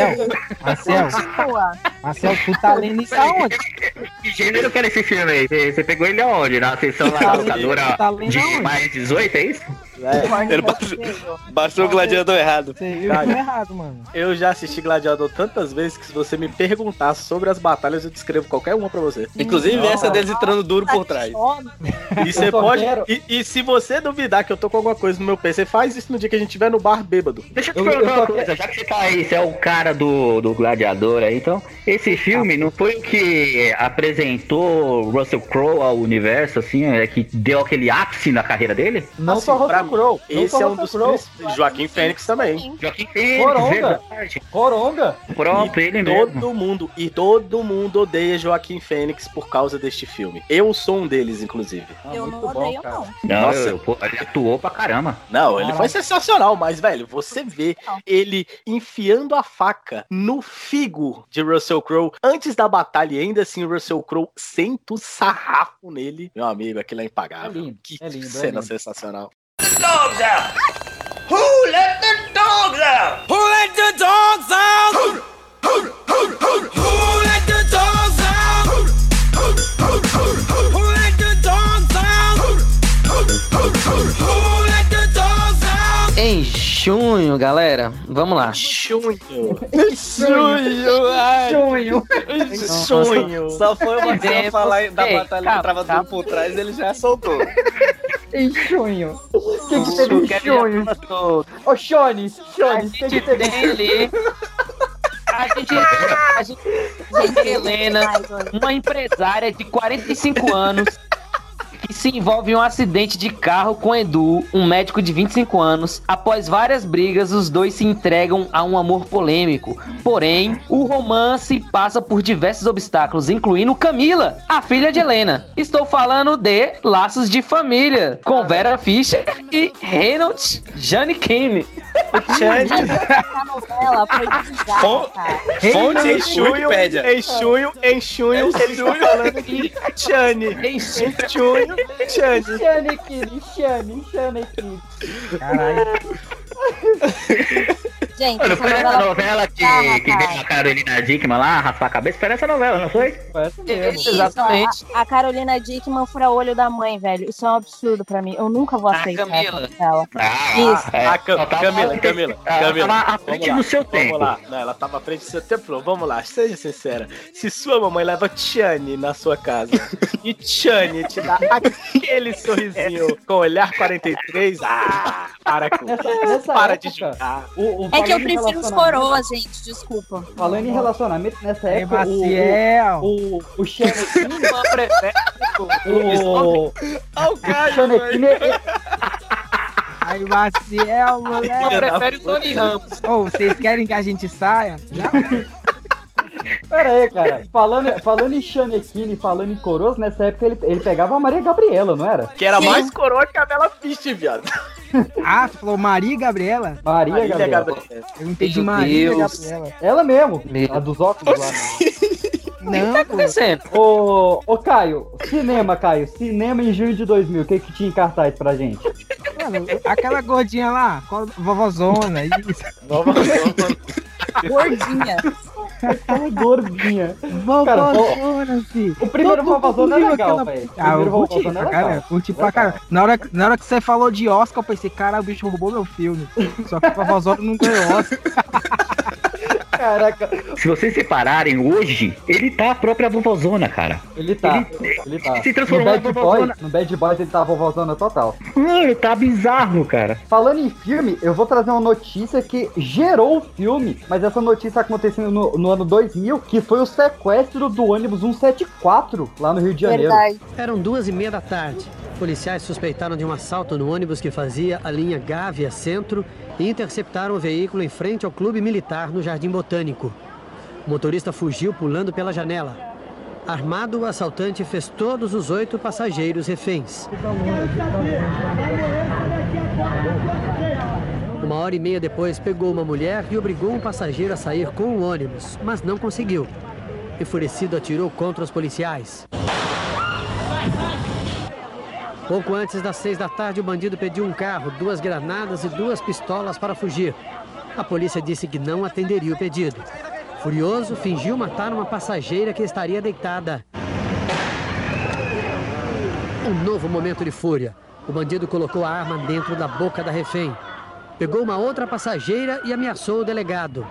Marcel, tu tá lendo isso aonde? Que gênero que era esse filme aí? Você pegou ele aonde? Na sessão da locadora de mais 18, é isso? Ele baixou o Gladiador errado. Errado, mano. Eu já assisti Gladiador tantas vezes que se você me perguntar sobre as batalhas, eu descrevo qualquer uma pra você. Inclusive essa deles entrando duro por trás. E você pode. E se você duvidar que eu tô com alguma coisa no meu pé, você faz isso no dia que a gente estiver no bar bêbado. Deixa eu te perguntar uma coisa, já que você tá aí, você é o cara do Gladiador aí, então, esse filme não foi o que apresentou Russell Crowe ao universo, assim, que deu aquele ápice na carreira dele? Não assim, só Russell Crowe. Esse é um dos principais. Joaquim Fênix também. Joaquim Fênix. Coronga. Próprio, ele mesmo. Todo mundo odeia Joaquim Fênix por causa deste filme. Eu sou um deles, inclusive. Eu não odeio, não. Nossa, ele atuou pra caramba. Não, ele foi sensacional, mas, velho, você vê ele enfiando a faca no figo de Russell Crowe antes da batalha, e ainda assim o Russell Crowe senta o sarrafo nele. Meu amigo, aquilo é impagável. Que cena sensacional. Dogs out! Who let the dogs out? Who let the dogs out? Who let the dogs out? Who let the dogs out? Who let the dogs out? Em junho, galera, vamos lá. Junho. Só foi uma vez falar da batalha que tava tudo por trás, ele já soltou. Em junho. O que teve em junho? Ô, Shone, o que teve em junho? A gente Helena, uma empresária de 45 anos, que se envolve em um acidente de carro com Edu, um médico de 25 anos. Após várias brigas, os dois se entregam a um amor polêmico. Porém, o romance passa por diversos obstáculos, incluindo Camila, a filha de Helena. Estou falando de Laços de Família, com Vera Fischer e Reynolds Giannichini. Essa novela foi bizarra, cara. Fonte em junho, eles estão falando de Chani. Giannichini. Caralho. Gente, não foi essa novela que veio a Carolina Dickman lá, raspar a cabeça? Foi essa novela, não foi? Exatamente. A Carolina Dickman fura olho da mãe, velho. Isso é um absurdo pra mim. Eu nunca vou aceitar Camila. ela. Camila. Ela tava à frente do seu tempo. Vamos lá. Não, ela tava à frente do seu tempo. Vamos lá, seja sincera. Se sua mamãe leva Chani na sua casa e Chani te dá aquele sorrisinho com olhar 43, para com isso. Para de jogar. É que eu prefiro os coroas, gente, desculpa. Falando em relacionamento, nessa época, o Giannichini... O Giannichini... Aí, Maciel, moleque. Prefere o Tony Ramos. Ô, vocês querem que a gente saia? Pera aí, cara. Falando em Giannichini, falando em coroas, nessa época ele pegava a Maria Gabriela, não era? Que era mais coroa que a Bela Fischer, viado. Ah, você falou Maria Gabriela? Maria Gabriela. Eu entendi Maria Gabriela. Ela mesmo, a dos óculos lá. Não, tá acontecendo. Ô, Caio, cinema em junho de 2000, o que tinha em cartaz pra gente? Mano, aquela gordinha lá, vovozona, isso. Vovozona. Gordinha. Aquela gordinha. Vovozona, filho. O primeiro vovozona é legal, velho. Eu curti pra caramba, curti pra caramba. Na hora que você falou de Oscar, eu pensei, cara, o bicho roubou meu filme. Só que o vovozona não ganhou Oscar. Caraca. Se vocês separarem hoje, ele tá a própria vovozona, cara. Ele tá. Ele se transformou no Bad Boys ele tá a vovozona total. Mano, tá bizarro, cara. Falando em filme, eu vou trazer uma notícia que gerou o filme, mas essa notícia aconteceu no ano 2000, que foi o sequestro do ônibus 174 lá no Rio de Janeiro. Verdade. Eram 2:30 da tarde. Policiais suspeitaram de um assalto no ônibus que fazia a linha Gávea Centro e interceptaram o veículo em frente ao Clube Militar no Jardim Botânico. O motorista fugiu pulando pela janela. Armado, o assaltante fez todos os 8 passageiros reféns. 1h30 depois, pegou uma mulher e obrigou um passageiro a sair com o ônibus, mas não conseguiu. Enfurecido, atirou contra os policiais. Pouco antes das 6 da tarde, o bandido pediu um carro, 2 granadas e 2 pistolas para fugir. A polícia disse que não atenderia o pedido. Furioso, fingiu matar uma passageira que estaria deitada. Um novo momento de fúria. O bandido colocou a arma dentro da boca da refém. Pegou uma outra passageira e ameaçou o delegado.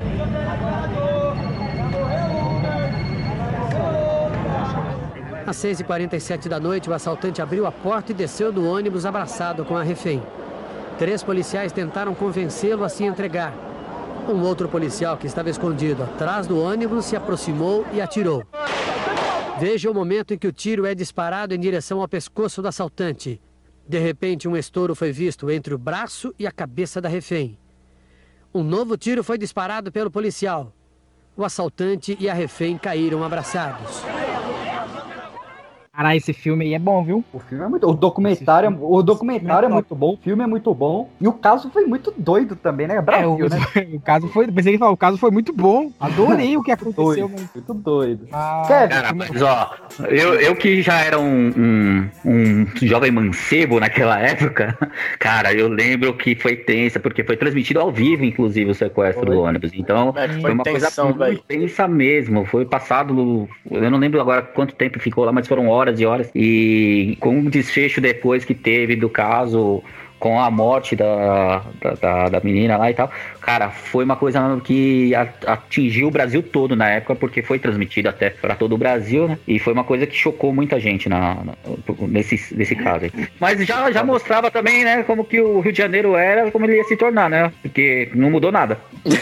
Às 6h47 da noite, o assaltante abriu a porta e desceu do ônibus abraçado com a refém. 3 policiais tentaram convencê-lo a se entregar. Um outro policial que estava escondido atrás do ônibus se aproximou e atirou. Veja o momento em que o tiro é disparado em direção ao pescoço do assaltante. De repente, um estouro foi visto entre o braço e a cabeça da refém. Um novo tiro foi disparado pelo policial. O assaltante e a refém caíram abraçados. Caralho, esse filme aí é bom, viu? O filme é muito... O documentário é muito bom, o filme é muito bom. E o caso foi muito doido também, né? Brasil, né? O caso foi... Pensei que falar, o caso foi muito bom. Adorei o que aconteceu. Muito doido. Cara, mas ó, eu que já era um jovem mancebo naquela época, cara, eu lembro que foi tensa, porque foi transmitido ao vivo, inclusive, o sequestro do ônibus. Então, foi uma coisa muito tensa mesmo. Foi passado, eu não lembro agora quanto tempo ficou lá, mas foram horas e horas. E com um desfecho depois que teve do caso, com a morte da menina lá e tal, cara, foi uma coisa que atingiu o Brasil todo na época, porque foi transmitido até para todo o Brasil, né? E foi uma coisa que chocou muita gente nesse caso aí. Mas já mostrava também, né, como que o Rio de Janeiro era, como ele ia se tornar, né? Porque não mudou nada.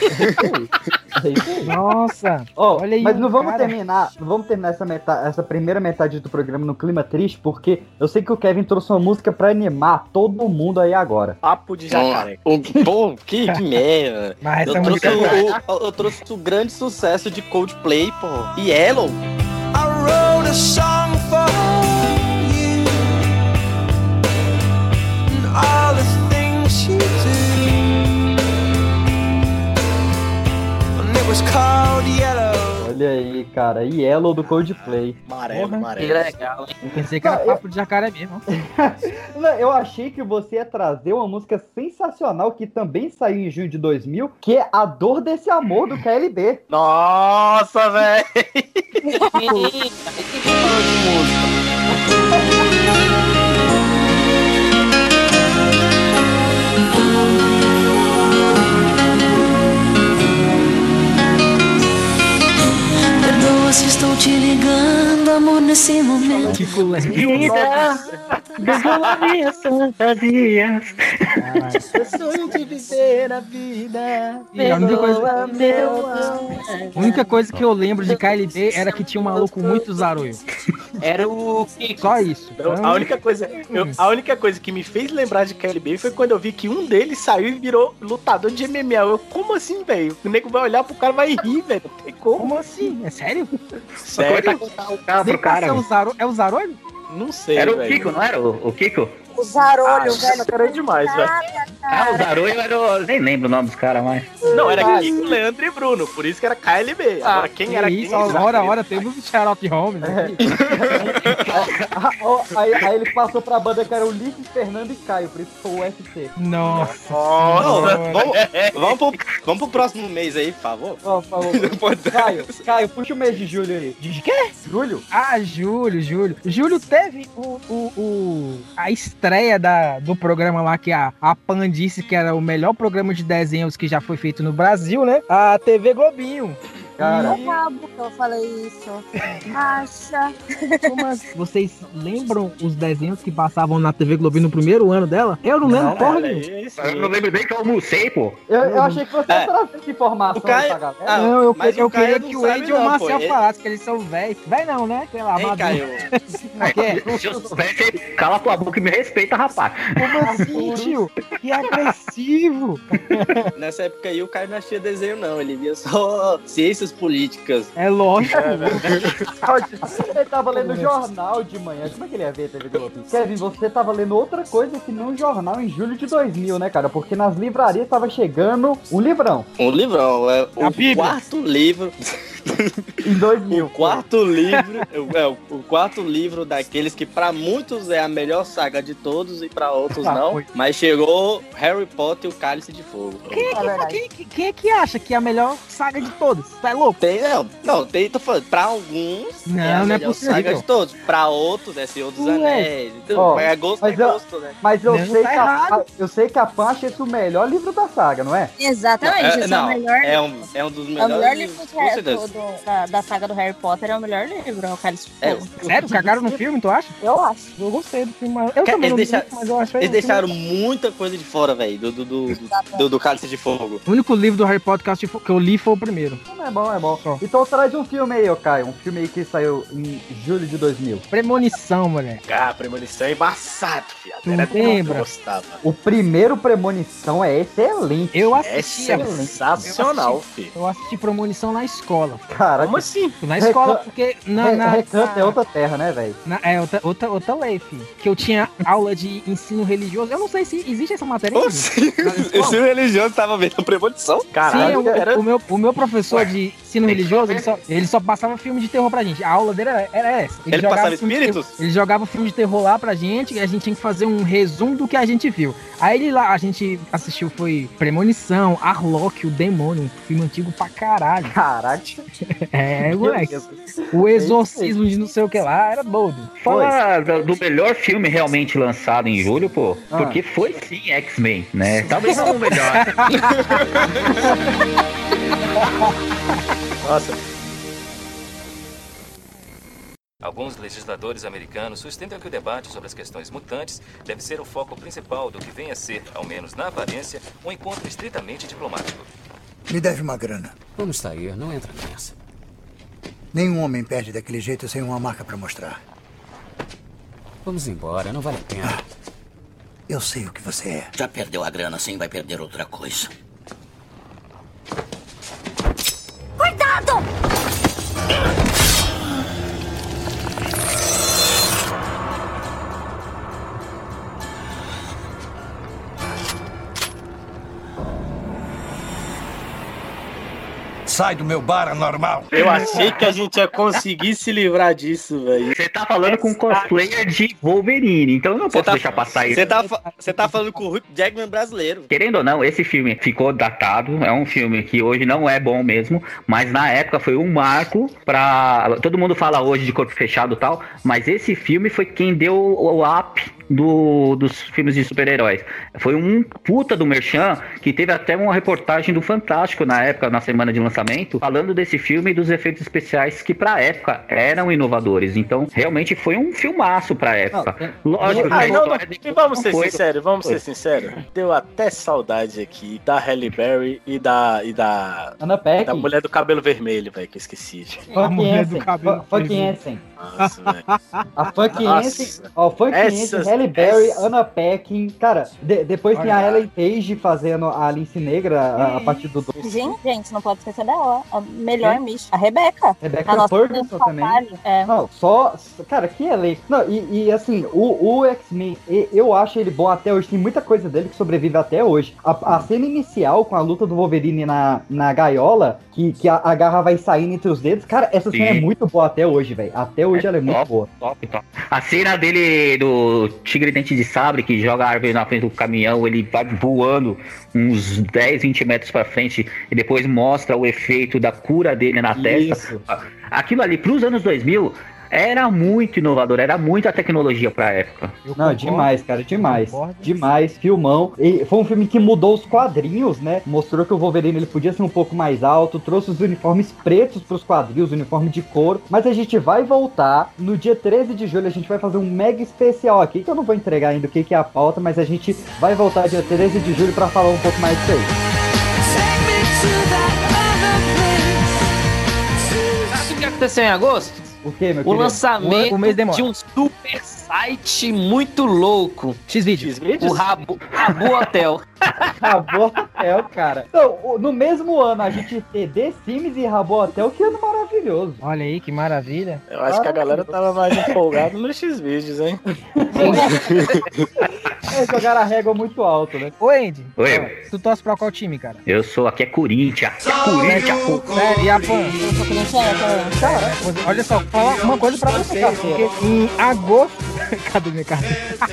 Nossa! Olha aí, mas não vamos terminar essa primeira metade do programa no clima triste, porque eu sei que o Kevin trouxe uma música pra animar todo mundo aí agora. Papo de jacaré. Pô, que merda. Mas eu trouxe o grande sucesso de Coldplay, pô. Yellow. I wrote a song for you and all the things you do. And it was called Yellow. Olha aí, cara, Yellow do Coldplay. Amarelo. Que legal, hein? Eu pensei que era papo de jacaré mesmo. Eu achei que você ia trazer uma música sensacional que também saiu em junho de 2000, que é A Dor Desse Amor, do KLB. Nossa, velho! Se estou te ligando, amor, nesse momento. Vida, devolva minhas fantasias. Eu sonho de viver a vida. A única coisa que eu lembro de KLB era que tinha um maluco muito zaroio. Era o Kiko. Só isso. A única coisa que me fez lembrar de KLB foi quando eu vi que um deles saiu e virou lutador de MMA. Eu, como assim, velho? O nego vai olhar pro cara e vai rir, velho. Não tem como. Como assim? É sério? Sério? É o Zarolho? Não sei, era véio. O Kiko, não era o Kiko? O Zarolho, velho. Era demais, velho. O Zarolho era o... Nem lembro o nome dos caras mais. Não, era Kiko, Leandro e Bruno. Por isso que era KLB. Agora, quem era isso, quem? Hora, temos o Sherlock Holmes aqui. Aí ele passou pra banda que era o Ulisses, Fernando e Caio, por isso foi o UFC. Nossa. Vamos pro próximo mês aí, por favor. Por favor. Caio, puxa o mês de julho aí. De quê? Julho? Ah, julho. Julho teve a estreia do programa lá que a Pan disse que era o melhor programa de desenhos que já foi feito no Brasil, né? A TV Globinho. Cara, não acabo que eu falei isso. Acha. Vocês lembram os desenhos que passavam na TV Globinho no primeiro ano dela? Eu não lembro, porra. Eu não lembro nem que eu almocei, pô. Eu achei que você ia trazer essa informação pra galera. Não, eu queria que o Ed e o Marcel falassem que eles são velhos. Véi não, né? Sei lá, Se eu sou velho, você cala tua boca e me respeita, rapaz. Como assim, tio? Que agressivo. Nessa época aí o Caio não assistia desenho, não. Ele via só ciências políticas. É lógico. Ele tava lendo jornal de manhã. Como é que ele ia ver a TV Globinho? Kevin, você tava lendo outra coisa que não jornal em julho de 2000, né, cara? Porque nas livrarias tava chegando um livrão. Um livrão, é o quarto livro. Em 2000. O quarto livro daqueles que pra muitos é a melhor saga de todos e pra outros não. Mas chegou Harry Potter e o Cálice de Fogo. Quem é que acha que é a melhor saga de todos? Tá louco? Tem, tô falando, pra alguns não é a não é melhor possível. saga de todos. Pra outros é Senhor dos Anéis. Então, é gosto, né? Mas eu sei que a Pan acha esse o melhor livro da saga, não é? Exatamente, esse é o melhor. É um dos melhores livros, com certeza. da saga do Harry Potter é o melhor livro, é o Cálice de Fogo. Sério? Cagaram no filme, tu acha? Eu acho. Eu gostei do filme, mas eu também não vi, mas eu achei... Eles deixaram muita coisa de fora, velho, do Cálice de Fogo. O único livro do Harry Potter que eu li foi o primeiro. É bom. Então traz um filme aí, Caio. Um filme aí que saiu em julho de 2000. Premonição, moleque. Ah, Premonição é embaçado, fiado. Tu Era bom, lembra? eu gostava. O primeiro Premonição é excelente. Eu É assisti. sensacional, filho. Eu assisti Premonição na escola. Caraca. Como assim? Na escola, porque... Recanto é outra terra, né, velho? É outra lei, filho. Que eu tinha aula de ensino religioso. Eu não sei se existe essa matéria. Esse religioso tava vendo Premonição? Caralho, Sim, o meu professor de ensino religioso, ele só passava filme de terror pra gente. A aula dele era essa. Ele passava espíritos? Ele jogava filme de terror lá pra gente e a gente tinha que fazer um resumo do que a gente viu. Aí a gente assistiu, foi Premonição, Arlok, o Demônio, um filme antigo pra caralho. Caraca. É, moleque. O Exorcismo de não sei o que lá, era boldo. Fala do melhor filme realmente lançado em julho, pô. Porque foi sim X-Men, né? Talvez não o melhor. Nossa. Alguns legisladores americanos sustentam que o debate sobre as questões mutantes deve ser o foco principal do que vem a ser, ao menos na aparência, um encontro estritamente diplomático. Me deve uma grana. Vamos sair, não entra nessa. Nenhum homem perde daquele jeito sem uma marca pra mostrar. Vamos embora, não vale a pena. Eu sei o que você é. Já perdeu a grana, assim vai perder outra coisa. Cuidado! Sai do meu bar, anormal. Eu achei que a gente ia conseguir se livrar disso, velho. Você tá falando com um cosplayer de Wolverine, então eu não posso deixar passar isso. Você tá falando com o Hugh Jackman brasileiro. Querendo ou não, esse filme ficou datado, é um filme que hoje não é bom mesmo, mas na época foi um marco pra... Todo mundo fala hoje de corpo fechado e tal, mas esse filme foi quem deu o up dos filmes de super-heróis. Foi um puta do merchan, que teve até uma reportagem do Fantástico na época, na semana de lançamento, falando desse filme e dos efeitos especiais que pra época eram inovadores. Então, realmente foi um filmaço pra época. Lógico, vamos ser sinceros. Deu até saudade aqui da Halle Berry e da Anna Paquin. Da mulher do cabelo vermelho, velho, que eu esqueci. Fucking Hansen. Nossa, velho. A Fucking Hansen, Halle Berry, Anna Paquin. Cara, depois tem a Ellen Page fazendo a Lince Negra a partir do... Gente, não pode esquecer dela. A melhor Mish. A Rebecca. Rebecca Ferguson também. Não, cara, que elenco. Não, e assim, o X-Men, eu acho ele bom até hoje. Tem muita coisa dele que sobrevive até hoje. A cena inicial com a luta do Wolverine na gaiola, que a garra vai saindo entre os dedos. Cara, essa cena é muito boa até hoje, velho. Até hoje ela é muito boa. Top. A cena dele do Tigre Dente de Sabre, que joga a árvore na frente do caminhão, ele vai voando uns 10, 20 metros pra frente e depois mostra o efeito da cura dele na testa. Aquilo ali, pros anos 2000, era muito inovador, era muita tecnologia pra época. Não, demais, cara, demais, filmão. E foi um filme que mudou os quadrinhos, né? Mostrou que o Wolverine ele podia ser um pouco mais alto, trouxe os uniformes pretos pros quadrinhos, uniforme de couro. Mas a gente vai voltar no dia 13 de julho, a gente vai fazer um mega especial aqui, que eu não vou entregar ainda o que é a pauta, mas a gente vai voltar dia 13 de julho pra falar um pouco mais disso aí. Sabe o que aconteceu em agosto? O que, meu O querido? lançamento O mês demora. de um super site muito louco. X-Vídeos. O Rabu Hotel. Rabo Hotel, cara. Então, no mesmo ano a gente ter The Sims e Rabo Hotel, que ano maravilhoso. Olha aí, que maravilha. Eu acho que a galera tava mais empolgada nos X-Vídeos, hein? Jogaram a régua muito alto, né? Ô, Andy. Oi. Tu torce pra qual time, cara? Eu sou, aqui é Corinthians. Corinthians. Sério, e a Pan? Eu sou corintiana também. Cara, olha só, vou falar uma coisa pra você, cara. Porque em agosto... Cadê minha carta?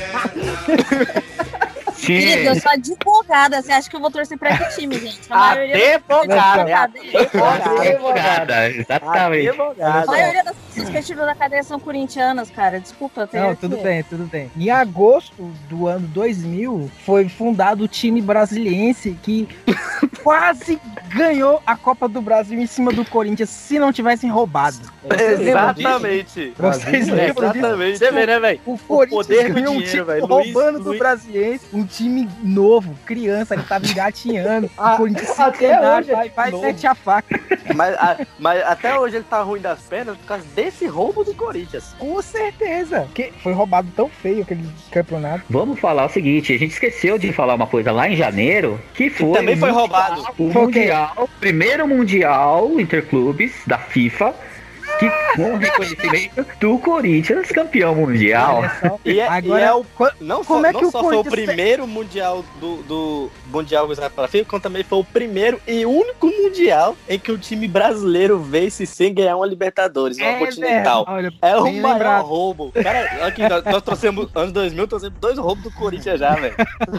Querido, eu sou advogada. Você acha que eu vou torcer pra que time, gente? Advogada. Exatamente. A maioria das Esses vestidos da cadeia são corintianos, cara. Desculpa, eu tenho Não, tudo bem. Em agosto do ano 2000, foi fundado o time brasiliense que quase ganhou a Copa do Brasil em cima do Corinthians se não tivessem roubado. Exatamente. Vocês lembram disso? Exatamente. Você vê, né, velho? O Corinthians poder do ganhou um dinheiro, time velho. roubando do Luiz- Brasiliense, um time novo, criança, que tava engatinhando. O Corinthians se até quedaram, hoje vai novo. mete a faca. Mas até hoje ele tá ruim das pernas por causa desse roubo do Corinthians. Com certeza. Porque foi roubado tão feio aquele campeonato. Vamos falar o seguinte, a gente esqueceu de falar uma coisa lá em janeiro, que foi... também foi roubado. O Mundial, primeiro Mundial Interclubes da FIFA, que com reconhecimento do Corinthians campeão mundial. Não como só, é que não o só foi o Corinthians primeiro mundial do Mundial para FIFA, como também foi o primeiro e único mundial em que o time brasileiro vence sem ganhar uma Libertadores, uma Continental. Olha, É o bem maior lembrado. roubo. Cara, aqui, nós trouxemos, anos 2000, trouxemos 2 roubos do Corinthians já, velho.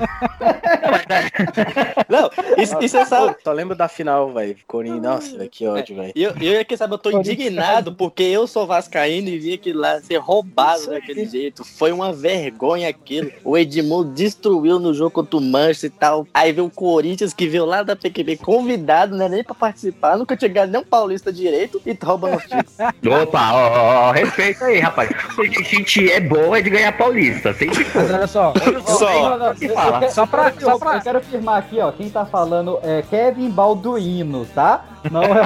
Não, e você sabe... Só lembro da final, velho. Corinthians, nossa, velho, que ódio, velho. E eu, quem sabe, eu tô indignado porque eu sou vascaíno e vi aquilo lá ser roubado daquele jeito. Foi uma vergonha aquilo. O Edmundo destruiu no jogo contra o Manchester e tal. Aí veio o Corinthians, que veio lá da PQB convidado, né, nem pra participar. Nunca tinha ganhado nem um paulista direito e rouba os títulos. Opa, respeita aí, rapaz. A gente é bom de ganhar paulista. Sempre Mas olha só. Eu quero afirmar aqui, ó, quem tá falando é Kevin Balduino, tá? Não é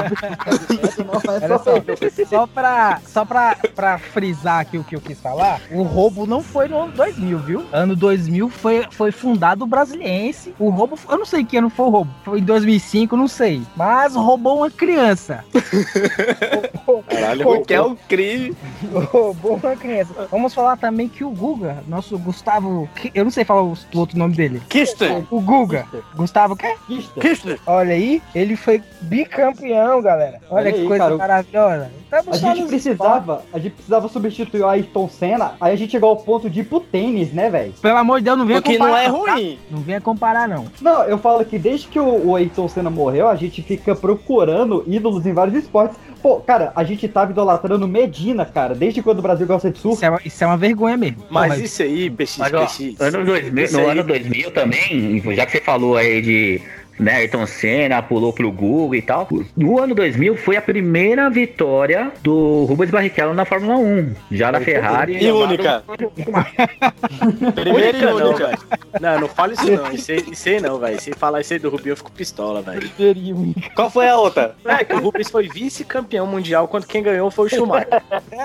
Olha só pra frisar aqui o que eu quis falar, o roubo não foi no ano 2000, viu? Ano 2000 foi fundado o Brasiliense. O roubo, eu não sei que ano foi o roubo. Foi em 2005, não sei. Mas roubou uma criança. Caralho, o que é um crime? Roubou uma criança. Vamos falar também que o Guga, nosso Gustavo, eu não sei falar o outro nome dele. Kister. O Guga. Gustavo quê? Kister. Olha aí, ele foi bicampeão, galera. Olha que aí, coisa cara. maravilhosa. A gente precisava substituir o Ayrton Senna, aí a gente chegou ao ponto de ir pro tênis, né, velho? Pelo amor de Deus, não venha Porque comparar. não é ruim. Tá? Não venha comparar, não. Não, eu falo que desde que o Ayrton Senna morreu, a gente fica procurando ídolos em vários esportes. Pô, cara, a gente tava idolatrando Medina, cara, desde quando o Brasil gosta de surf. Isso é uma vergonha mesmo. Mas isso aí, PX, Mas, ó, ano 2000, no ano 2000 também, já que você falou aí de... né, Ayrton Senna pulou pro Google e tal. No ano 2000 foi a primeira vitória do Rubens Barrichello na Fórmula 1. Já na Ferrari. E única. Primeira e única. Não fala isso não. Isso aí não, velho. Se falar isso aí do Rubinho, eu fico pistola, velho. Qual foi a outra? É que o Rubens foi vice-campeão mundial, quando quem ganhou foi o Schumacher.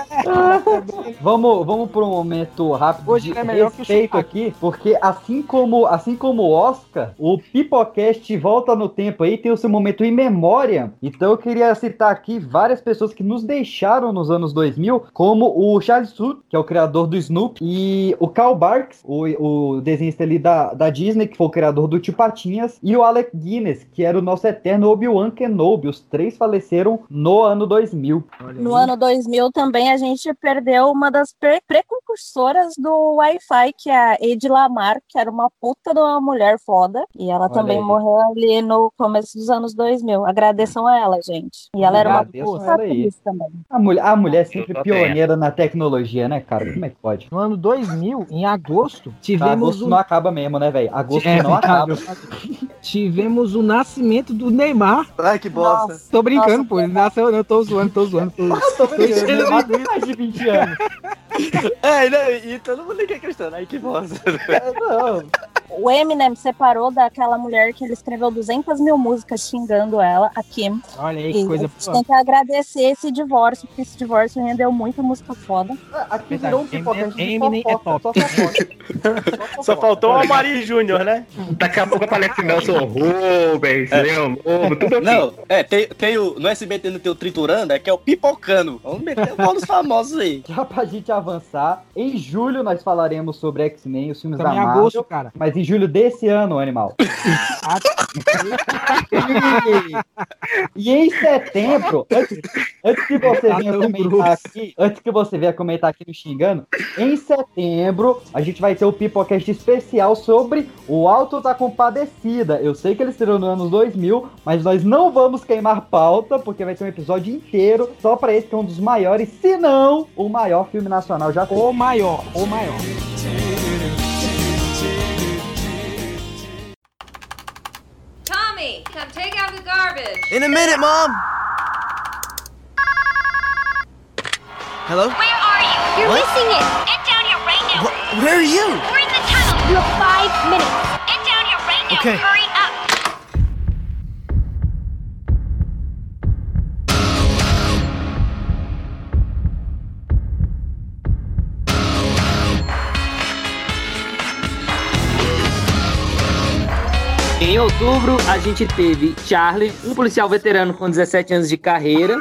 Vamos por um momento rápido Hoje de é melhor que o respeito Schumacher. aqui, porque assim como o Oscar, o Pipocast volta no tempo aí, tem o seu momento em memória. Então eu queria citar aqui várias pessoas que nos deixaram nos anos 2000, como o Charles Soule, que é o criador do Snoopy, e o Carl Barks, o desenhista ali da Disney, que foi o criador do Tio Patinhas, e o Alec Guinness, que era o nosso eterno Obi-Wan Kenobi. Os três faleceram no ano 2000. No ano 2000 também a gente perdeu uma das precursoras do Wi-Fi, que é a Ed Lamar, que era uma puta de uma mulher foda, e ela também morreu ali no começo dos anos 2000. Agradeçam a ela, gente. E ela era uma puta atriz também. A mulher é sempre pioneira na tecnologia, né, cara? Como é que pode? No ano 2000, em agosto, tivemos Agosto não acaba mesmo, né, velho? Agosto não acaba. Tivemos o nascimento do Neymar. Ai, que bosta. Nossa, tô brincando, pô. Ele nasceu, não, eu tô zoando. Tô brincando, Neymar tem mais de 20 anos. E todo mundo quer acreditar. Ai, que bosta. Não. O Eminem separou daquela mulher que ele escreveu 200 mil músicas xingando ela, a Kim. Olha aí, que coisa boa. A gente tem que agradecer esse divórcio, porque esse divórcio rendeu muita música foda. Aqui virou um pipocante de Eminem é top. Só faltou o Amari Júnior, né? Daqui a pouco aparece Nelson Rubens, Leão Lobo, tudo aqui. Não, tem o, no SBT não tem o Triturando, que é o Pipocando. Vamos meter o pau dos famosos aí. Já pra gente avançar, em julho nós falaremos sobre X-Men, os filmes Também da Marvel. agosto, cara. Mas em julho desse ano, animal. E em setembro, antes que você venha comentar aqui, antes que você venha comentar aqui no Xingando, em setembro a gente vai vai ser o Pipocast especial sobre o Alto da Compadecida. Eu sei que ele estreou no anos 2000, mas nós não vamos queimar pauta, porque vai ter um episódio inteiro só pra esse, que é um dos maiores, se não o maior filme nacional já feito. O maior. Tommy, come take out the garbage. In a minute, Mom. Hello? Where are you? You're What? missing it. Get down here right now. Where are you? We're in the tunnel. You have 5 minutes. Get down here right now. Okay. Hurry up. Em outubro, a gente teve Charlie, um policial veterano com 17 anos de carreira.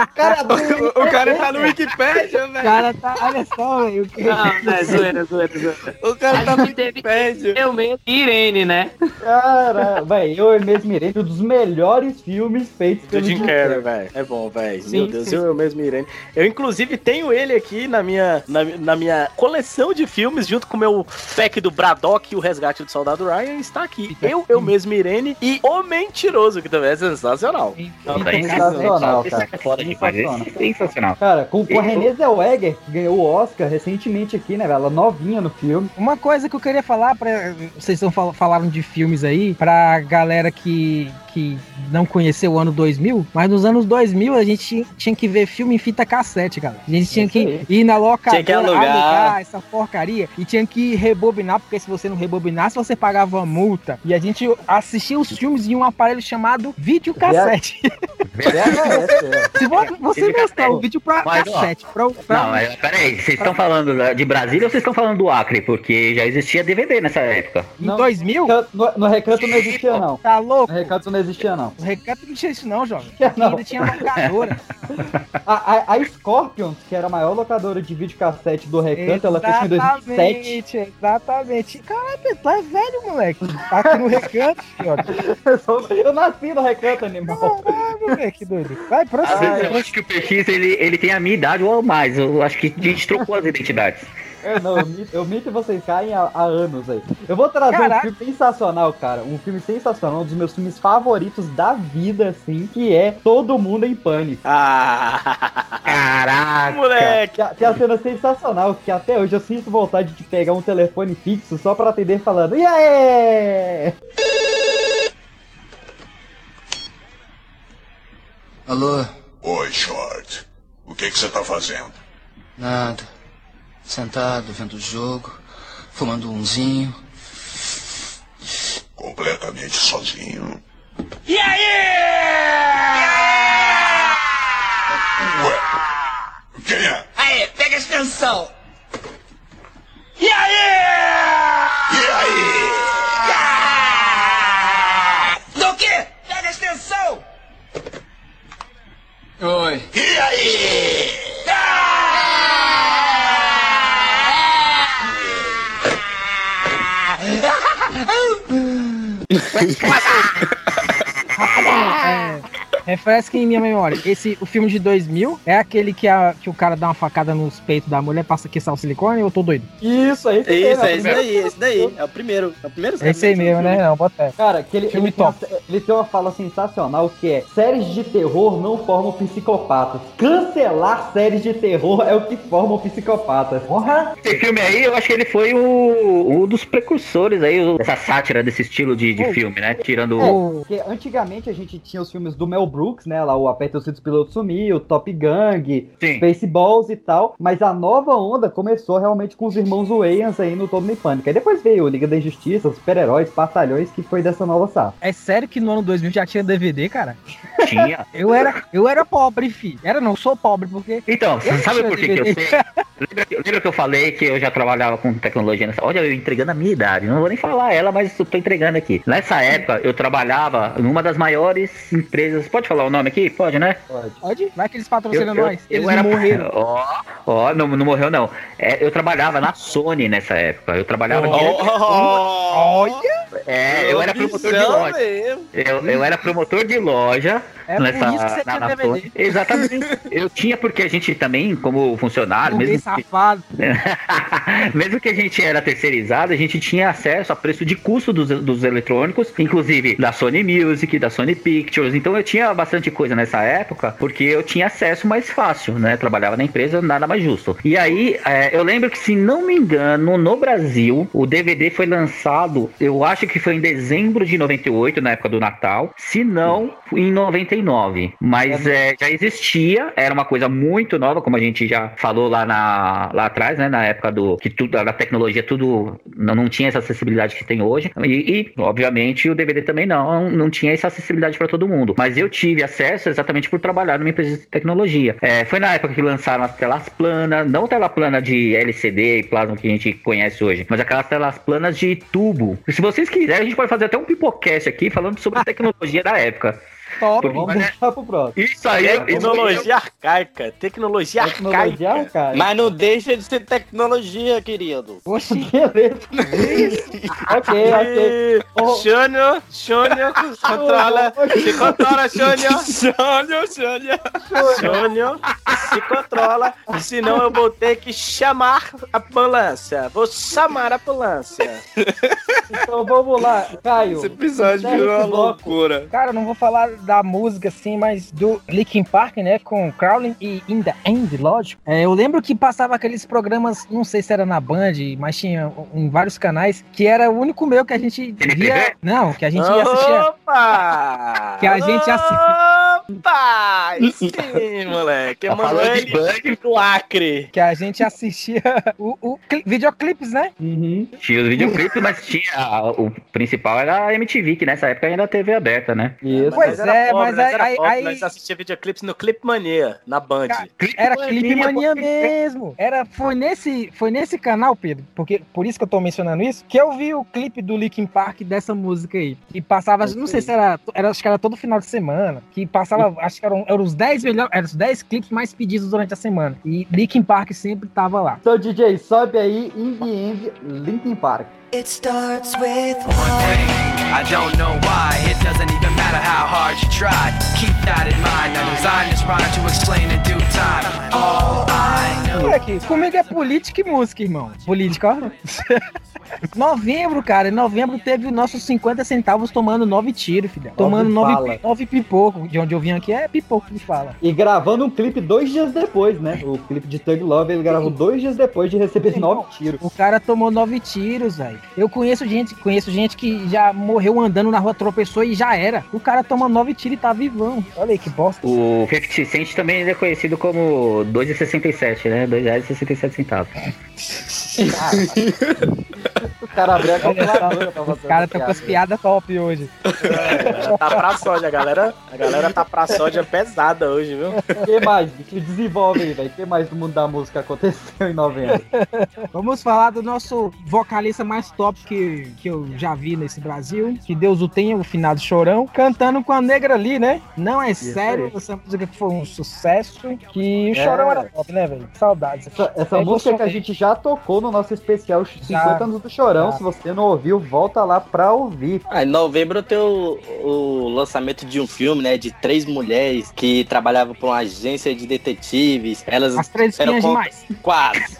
O cara tá no Wikipédia, velho. O cara tá, olha só, velho. Não, é zoeira. O cara tá no teve Wikipédia. Eu mesmo e Irene, né? Cara, velho, eu mesmo irei um dos melhores filmes feitos Do pelo Jim Carrey, velho. É bom, velho. Meu Deus, eu mesmo Irene. Eu, inclusive, tenho ele aqui na minha coleção de filmes, junto com o meu pack do Braddock e o Resgate do Soldado Ryan, está aqui. Eu mesmo Irene e O Mentiroso, que também é sensacional. Sensacional, cara. Sensacional. Cara, com a Renée Zellweger, que ganhou o Oscar recentemente aqui, né, velho? Ela novinha no filme. Uma coisa que eu queria falar, vocês falaram de filmes aí, pra galera que não conheceu o ano 2000, mas nos anos 2000 a gente tinha que ver filme em fita cassete, galera. A gente tinha que ir na locadora, tinha que alugar essa porcaria, e tinha que rebobinar, porque se você não rebobinasse, você pagava uma multa. E a gente assistia os filmes em um aparelho chamado videocassete. Se você gostar o vídeo pra cassete, Não, mas peraí, vocês estão falando de Brasília ou vocês estão falando do Acre? Porque já existia DVD nessa época. Em 2000? No Recanto não existia, não. Tá louco? No Recanto não existia, não. O Recanto não tinha isso, não, jovem. Não. Ainda tinha locadora. A Scorpions, que era a maior locadora de videocassete do Recanto, ela fez em 2007. Exatamente. Caralho, tu é velho, moleque. Tá aqui no Recanto, filho. Eu nasci no Recanto, animal. Caralho, moleque, doido. Vai, próximo. Eu acho que o PX, ele tem a minha idade ou mais. Eu acho que a gente trocou as identidades. Eu minto e vocês caem há anos aí. Eu vou trazer um filme sensacional, cara. Um filme sensacional, um dos meus filmes favoritos da vida, assim, que é Todo Mundo em Pânico. Caraca! Moleque! Tem a cena sensacional, que até hoje eu sinto vontade de pegar um telefone fixo só pra atender falando: e aí? Alô? Oi, Short. O que você tá fazendo? Nada. Sentado, vendo o jogo, fumando umzinho. Completamente sozinho. E aí? Ué, quem é? Aí, pega a extensão. E aí? E aí? Do quê? Pega a extensão. Oi. E aí? Refresca em minha memória. O filme de 2000 é aquele que o cara dá uma facada nos peitos da mulher, passa aqui sal silicone, ou eu tô doido? Isso aí. Esse daí. É o primeiro. Esse aí mesmo, né? Não, bota. Cara, que ele tem uma fala sensacional que é: séries de terror não formam psicopatas. Cancelar séries de terror é o que formam psicopatas. Porra! Esse filme aí, eu acho que ele foi um dos precursores aí, dessa sátira desse estilo de filme, né? Tirando... Porque antigamente a gente tinha os filmes do Mel Brooks, né? Lá o Aperta os Cintos, Piloto Sumiu, Top Gang, Spaceballs e tal. Mas a nova onda começou realmente com os irmãos Wayans aí no Todo Mundo em Pânico. Aí depois veio Liga da Injustiça, os Super-Heróis, Batalhões, que foi dessa nova safra. É sério que no ano 2000 já tinha DVD, cara? Tinha. Eu era pobre, filho. Sou pobre, porque... Então, você sabe por que eu sei? Lembra que eu falei que eu já trabalhava com tecnologia nessa... Olha, eu entregando a minha idade. Não vou nem falar ela, mas eu tô entregando aqui. Nessa época, eu trabalhava numa das maiores empresas... Pode falar o nome aqui? Pode, né? Pode. Vai que eles patrocinam nós. Eles morreram. Não morreu, não. Eu trabalhava na Sony nessa época. Eu trabalhava... Olha! Eu era promotor de loja. Eu era promotor de loja É por isso que você tinha DVD. Exatamente. Eu tinha porque a gente também, como funcionário, mesmo safado. Mesmo que a gente era terceirizado, a gente tinha acesso a preço de custo dos eletrônicos, inclusive da Sony Music, da Sony Pictures. Então eu tinha bastante coisa nessa época, porque eu tinha acesso mais fácil, né? Trabalhava na empresa, nada mais justo. E aí, eu lembro que, se não me engano, no Brasil, o DVD foi lançado, eu acho que foi em dezembro de 98, na época do Natal, se não em 99. Mas já existia, era uma coisa muito nova, como a gente já falou lá atrás, né? Na época que tudo, a tecnologia tudo não tinha essa acessibilidade que tem hoje. E obviamente, o DVD também não tinha essa acessibilidade para todo mundo. Mas eu tive acesso exatamente por trabalhar numa empresa de tecnologia. Foi na época que lançaram as telas planas, não tela plana de LCD e plasma que a gente conhece hoje, mas aquelas telas planas de tubo. Se vocês quiserem, a gente pode fazer até um pipocast aqui falando sobre a tecnologia da época. Top, vamos deixar pro próximo. Isso aí é tecnologia arcaica. Tecnologia arcaica. Mas não deixa de ser tecnologia, querido. Poxa, beleza. ok. Xônio, controla. Se controla, Xônio, se controla. Senão eu vou ter que chamar a ambulância. Vou chamar a ambulância. Então vamos lá, Caio. Esse episódio virou uma loucura. Cara, eu não vou falar da música assim, mas do Linkin Park, né, com Crawling e In The End, lógico. Eu lembro que passava aqueles programas, não sei se era na Band, mas tinha em vários canais, que era o único meu que a gente via, não, que a gente ia assistir. Opa! Que a gente assistia. Opa! Sim, moleque. Emanuele do Acre. Que a gente assistia o videoclipes, né? Uhum. Tinha os videoclipes, mas tinha o principal era a MTV, que nessa época ainda era TV aberta, né? Isso. Pois mas aí... Nós assistia videoclipes no Clip Mania, na Band. Era Clip Mania mesmo. Foi nesse canal, Pedro, porque por isso que eu tô mencionando isso, que eu vi o clipe do Linkin Park dessa música aí. E passava, não sei se acho que era todo final de semana, que passava, acho que eram os 10 clipes mais pedidos durante a semana. E Linkin Park sempre tava lá. Então, DJ, sobe aí In The End, Linkin Park. It starts with one thing. I don't know why. It doesn't even matter how hard you try. Keep that in mind. I designed this rhyme to explain in due time. All I know. Moleque, comigo é política e música, irmão. Política, ó. Novembro, cara. Em novembro teve os nossos 50 centavos tomando 9 tiros, filho. Tomando 9 pipoco. De onde eu vim aqui é pipoco que fala. E gravando um clipe 2 dias depois, né? O clipe de Thug Love, ele gravou 2 dias depois de receber 9 tiros. O cara tomou 9 tiros, velho. Eu conheço gente que já morreu andando na rua, tropeçou e já era. O cara toma 9 tiros e tá vivão. Olha aí que bosta. O 50 Cent também é conhecido como 2,67, né? R$2,67. O cara abriu a calculadora. Os caras estão com as piadas top hoje. Tá pra soja, a galera tá pra soja pesada hoje, viu? O que mais? Que desenvolve aí, velho? O que mais do mundo da música aconteceu em novembro? Vamos falar do nosso vocalista mais top que eu já vi nesse Brasil. Que Deus o tenha, o finado Chorão, cantando com a Negra ali, né? Não é sério, essa música que foi um sucesso. Que o Chorão era top, né, velho? Saudades. Essa música que a gente já tocou no nosso especial 50 anos do Chorão. Se você não ouviu, volta lá pra ouvir. Em novembro tem o lançamento de um filme, né? De 3 mulheres que trabalhavam para uma agência de detetives. Elas As 3 espinhas demais. Quase.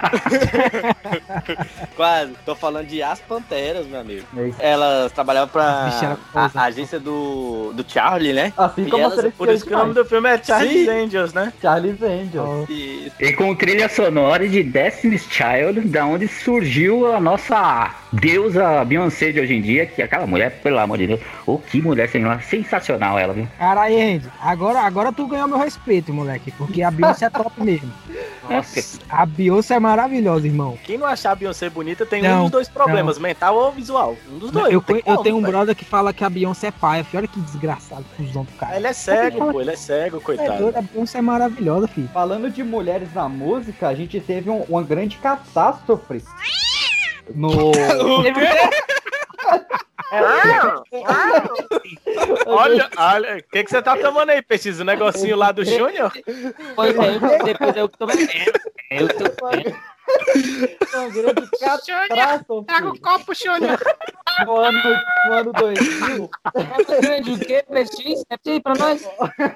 Quase. Tô falando de As Panteras, meu amigo. Elas trabalhavam pra a agência do Charlie, né? Assim como por isso que o nome do filme é Charlie's Angels, né? Charlie's Angels. E com trilha sonora de Destiny's Child, da onde surgiu a nossa deusa Beyoncé de hoje em dia, que aquela mulher, pelo amor de Deus, que mulher sensacional ela, viu? Caralho, Andy, agora tu ganhou meu respeito, moleque, porque a Beyoncé é top mesmo. Nossa, a Beyoncé é maravilhosa, irmão. Quem não achar a Beyoncé bonita tem um dos dois problemas, mental ou visual. Um dos dois. Eu tenho um brother que fala que a Beyoncé é paia, olha que desgraçado, cuzão do cara. Ele é cego, pô, ele é cego, coitado. A Beyoncé é maravilhosa, filho. Falando de mulheres na música, a gente teve uma grande catástrofe. Olha, o que você tá tomando aí, Peixe? O negocinho lá do Júnior? Pois é, depois eu tô bebendo. Eu tô bebendo. Uma grande catraça, Pega o copo, Júnior. no ano 2000. Grande o quê, PX? Repete aí pra nós.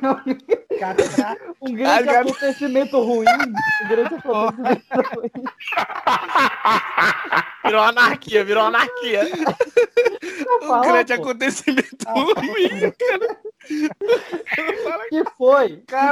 Um grande acontecimento ruim. Um grande acontecimento ruim. Virou anarquia. Um grande acontecimento ruim, cara. Que foi? Cara?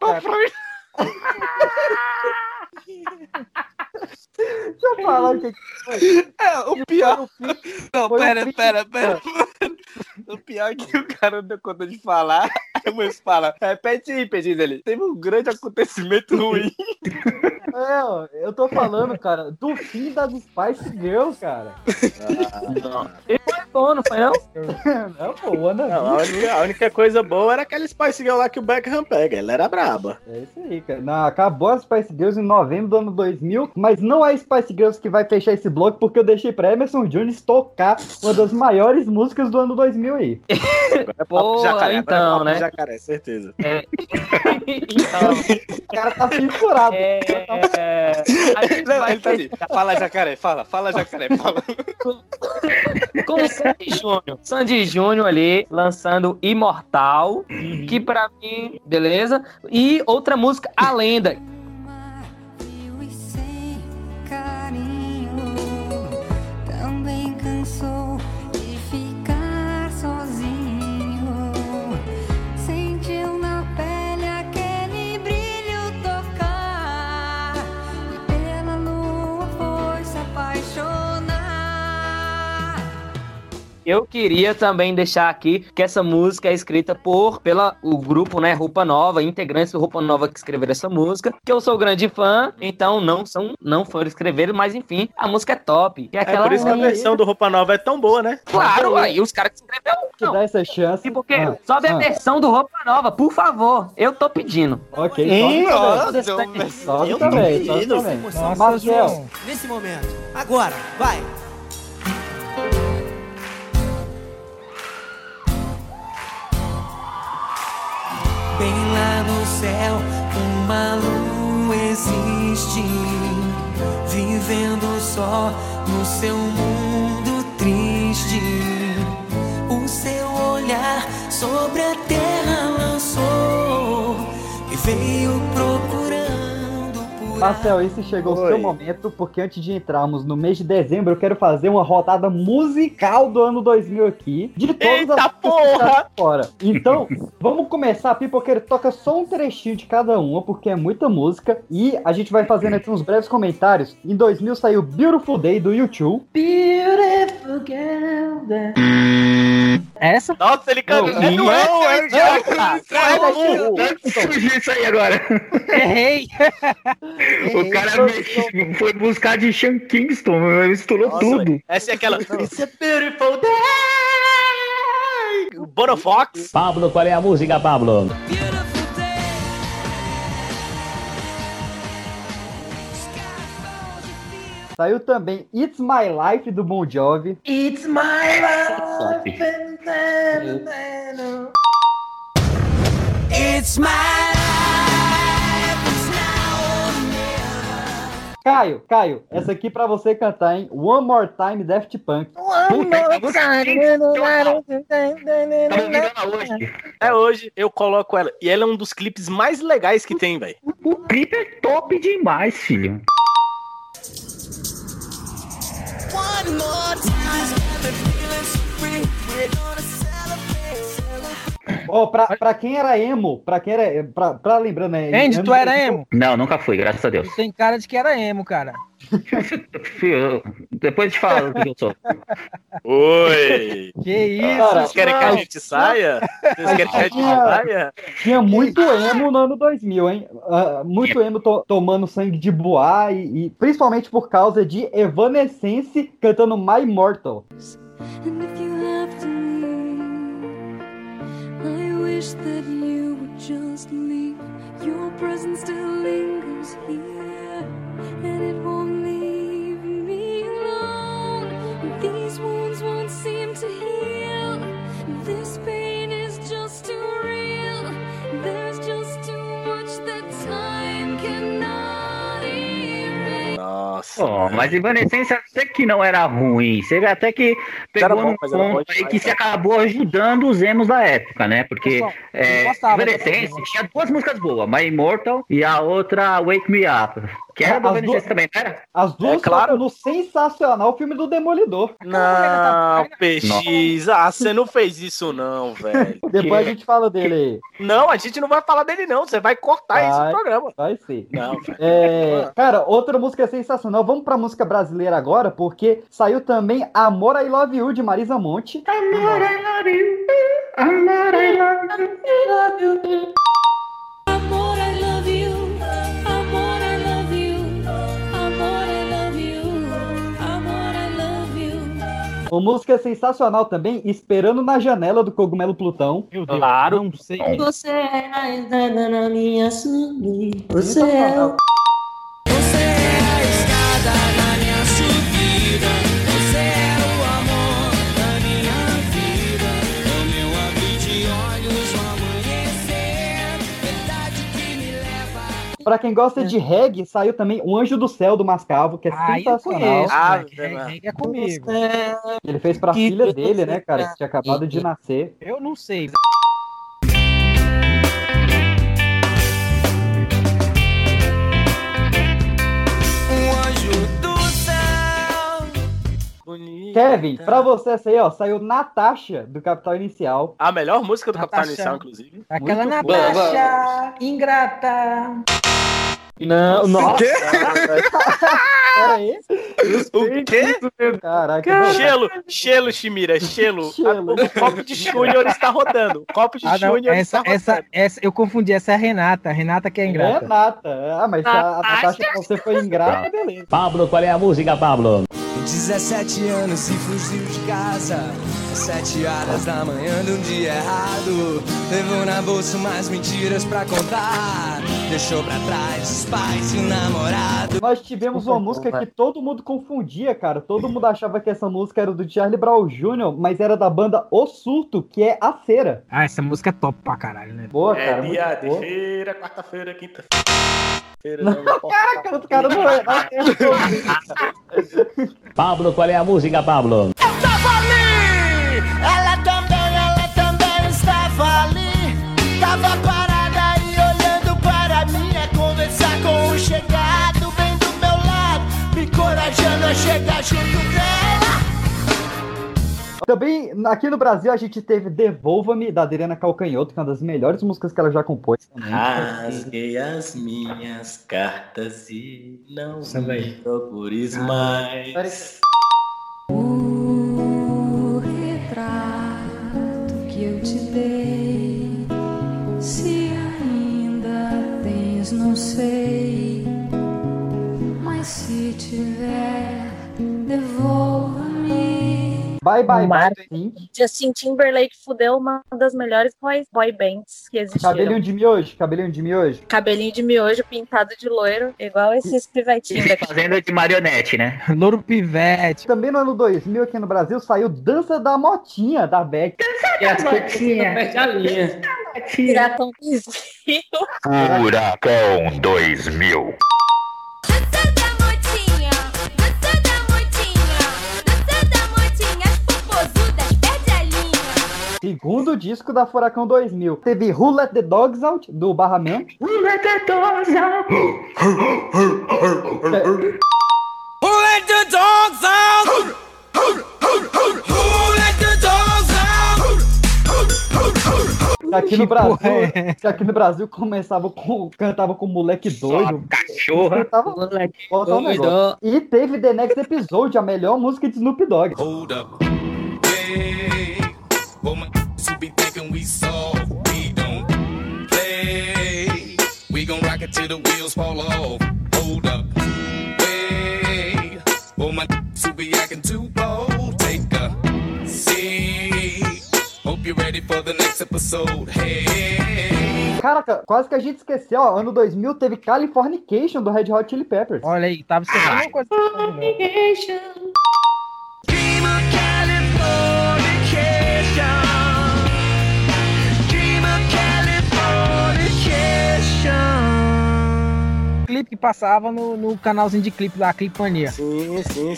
Deixa eu falar o que foi. O pior. Não, pera. O pior é que o cara não deu conta de falar. Aí o moço fala: repete aí, Pedido ali. Teve um grande acontecimento ruim. Eu tô falando, cara, do fim das Spice Girls, cara. Ele foi bom, não foi não? Não, pô, o ano A única coisa boa era aquela Spice Girl lá que o Beckham pega. Ela era braba. É isso aí, cara. Não, acabou as Spice Girls em novembro do ano 2000, mas não é Spice Girls que vai fechar esse bloco, porque eu deixei pra Emerson Jones tocar uma das maiores músicas do ano 2000 aí. É papo de jacaré, então, né? Jacaré, certeza. Então. O cara tá censurado. Não, ele tá ali. Fala, jacaré, fala, jacaré, fala. Com o Sandy Júnior ali, lançando Imortal, que pra mim, beleza? E outra música, A Lenda. Também cansou de ficar sozinho. Sentiu na pele aquele brilho tocar e pela lua foi se apaixonar. Eu queria também deixar aqui que essa música é escrita pelo grupo, né, Roupa Nova, integrantes do Roupa Nova que escreveram essa música, que eu sou grande fã, então não foram escrever, mas enfim, a música é top. É por isso que a versão do Roupa Nova é tão boa, né? Claro, aí os caras que escreveram. Que dá essa chance. Porque sobe a versão do Roupa Nova, por favor. Eu tô pedindo. Ok, sobe também. Marcel. Nesse momento. Agora, vai. Bem lá no céu, uma lua existe, vivendo só no seu mundo triste. O seu olhar sobre a terra lançou e veio procurando. Marcel, esse chegou o seu momento, porque antes de entrarmos no mês de dezembro, eu quero fazer uma rodada musical do ano 2000 aqui, de todas as porra! Fora. Então, vamos começar, Pipoqueiro, toca só um trechinho de cada uma, porque é muita música, e a gente vai fazendo aqui uns breves comentários. Em 2000 saiu Beautiful Day, do U2. Beautiful girl. Essa? Nossa, ele cantou. Surgiu isso aí agora. Errei. O cara foi buscar de Sean Kingston, misturou tudo. Essa é aquela. It's a beautiful day. Bono Fox. Pablo, qual é a música, Pablo? Saiu também It's My Life, do Bon Jovi. It's my life. It's my Caio, essa aqui pra você cantar, hein? One More Time, Daft Punk. É hoje, eu coloco ela. E ela é um dos clipes mais legais que tem, velho. O clipe é top demais, filho. One more time. Ó, pra quem era emo, pra lembrando, né? Andy, tu era emo? Não, nunca fui, graças a Deus. Tu tem cara de que era emo, cara. Filho, depois te falo o que eu sou. Oi! Que isso? Cara, vocês querem que a gente saia? Vocês querem que a gente saia? Tinha muito emo no ano 2000, hein? Muito emo tomando sangue de boa e principalmente por causa de Evanescence cantando My Immortal. And if you have to leave, I wish that you would just leave. Your presence still lingers here, and it won't leave me alone. These wounds won't seem to to heal. This pain is just too real. There's just too much that time cannot erase. Nossa. Pô, mas Evanescence até que não era ruim. Você vê até que pegou num ponto aí que se acabou ajudando os emos da época, né? Porque Evanescence tinha duas músicas boas, My Immortal e a outra Wake Me Up. Que era do Evanescence também, não era? As duas claro. No sensacional filme do Demolidor. Não, PX, você não fez isso não, velho. Depois a gente fala dele aí. Não, a gente não vai falar dele não, você vai cortar isso no programa. Vai sim. Não, cara, outra música sensacional. Vamos pra música brasileira agora, porque saiu também Amor, I Love You, de Marisa Monte. Amor, I love you. Amor, I love you. Amor, I love you. Amor, I love you. Amor, I love you. Amor, I love you. Uma música sensacional também, Esperando na Janela, do Cogumelo Plutão. Meu Deus, claro. Não sei. Você é a entrada na minha subida. Você é a escada na minha subida. Você é o amor da minha vida. O meu abrir de olhos, o amanhecer. Verdade que me leva. Pra quem gosta de reggae, saiu também O Anjo do Céu, do Mascavo, que é sensacional. Reggae é comigo. Ele fez pra filha dele, né, cara, que tinha acabado de nascer. Eu não sei. Kevin, pra você essa aí, ó, saiu Natasha, do Capital Inicial. A melhor música do Natasha. Capital Inicial, inclusive. Aquela Muito Natasha, ingrata. Não, nossa. Pera aí. O quê? Caraca. Gelo, Chimira, gelo. O copo de Júnior está rodando. O copo de Júnior está rodando. Essa, eu confundi, essa é a Renata. A Renata que é ingrata. Renata. Mas a Natasha, pra você foi ingrata, beleza. Pablo, qual é a música, Pablo? 17 anos e fugiu de casa às 7 horas da manhã de um dia errado. Levou na bolsa mais mentiras pra contar. Deixou pra trás os pais e o namorado. Nós tivemos uma música que todo mundo confundia, cara. Todo mundo achava que essa música era do Charlie Brown Jr., mas era da banda O Surto, que é A Cera. Ah, essa música é top pra caralho, né? Boa, cara. Dia de feira, quarta-feira, quinta-feira. Caraca, o cara não é. Pablo, qual é a música, Pablo? Eu tava ali, ela também estava ali. Tava parada e olhando para mim, a conversar com o chegado bem do meu lado, me encorajando a chegar junto dela. Também, aqui no Brasil, a gente teve Devolva-me, da Adriana Calcanhoto, que é uma das melhores músicas que ela já compôs. Rasguei as minhas cartas e não me procures mais. O retrato que eu te dei, se ainda tens, não sei, mas se tiver, devolva-me. Bye, bye, bye. Sim. Justin Timberlake fudeu uma das melhores boy bands que existiram. Cabelinho de miojo, cabelinho de miojo. Cabelinho de miojo pintado de loiro, igual esses pivetinhos daqui. Fazendo de marionete, né? Louro pivete. Também no ano 2000, aqui no Brasil, saiu Dança da Motinha, da Beck. Dança da Motinha. Perde a linha. Furacão 2000. Furacão 2000. Segundo disco da Furacão 2000. Teve Who Let the Dogs Out, do Barraman. Who let the dogs out? Who let the dogs out? Who let the dogs out? Aqui no Brasil cantava com Moleque Doido. Cachorra. Moleque doido. E teve The Next Episode, a melhor música de Snoop Dogg. Hold up. Hey. Woman, you be thinking we soft, we don't play. We gon' rock it till the wheels fall off. Hold up, wait. Woman, you be acting too bold. Take a seat. Hope you're ready for the next episode. Hey. Caraca, quase que a gente esqueceu, ó. Ano 2000 teve Californication, do Red Hot Chili Peppers. Olha aí, tava esquecendo uma coisa. Californication. Dream of California. que passava no canalzinho de clipe da Clip Mania. Sim.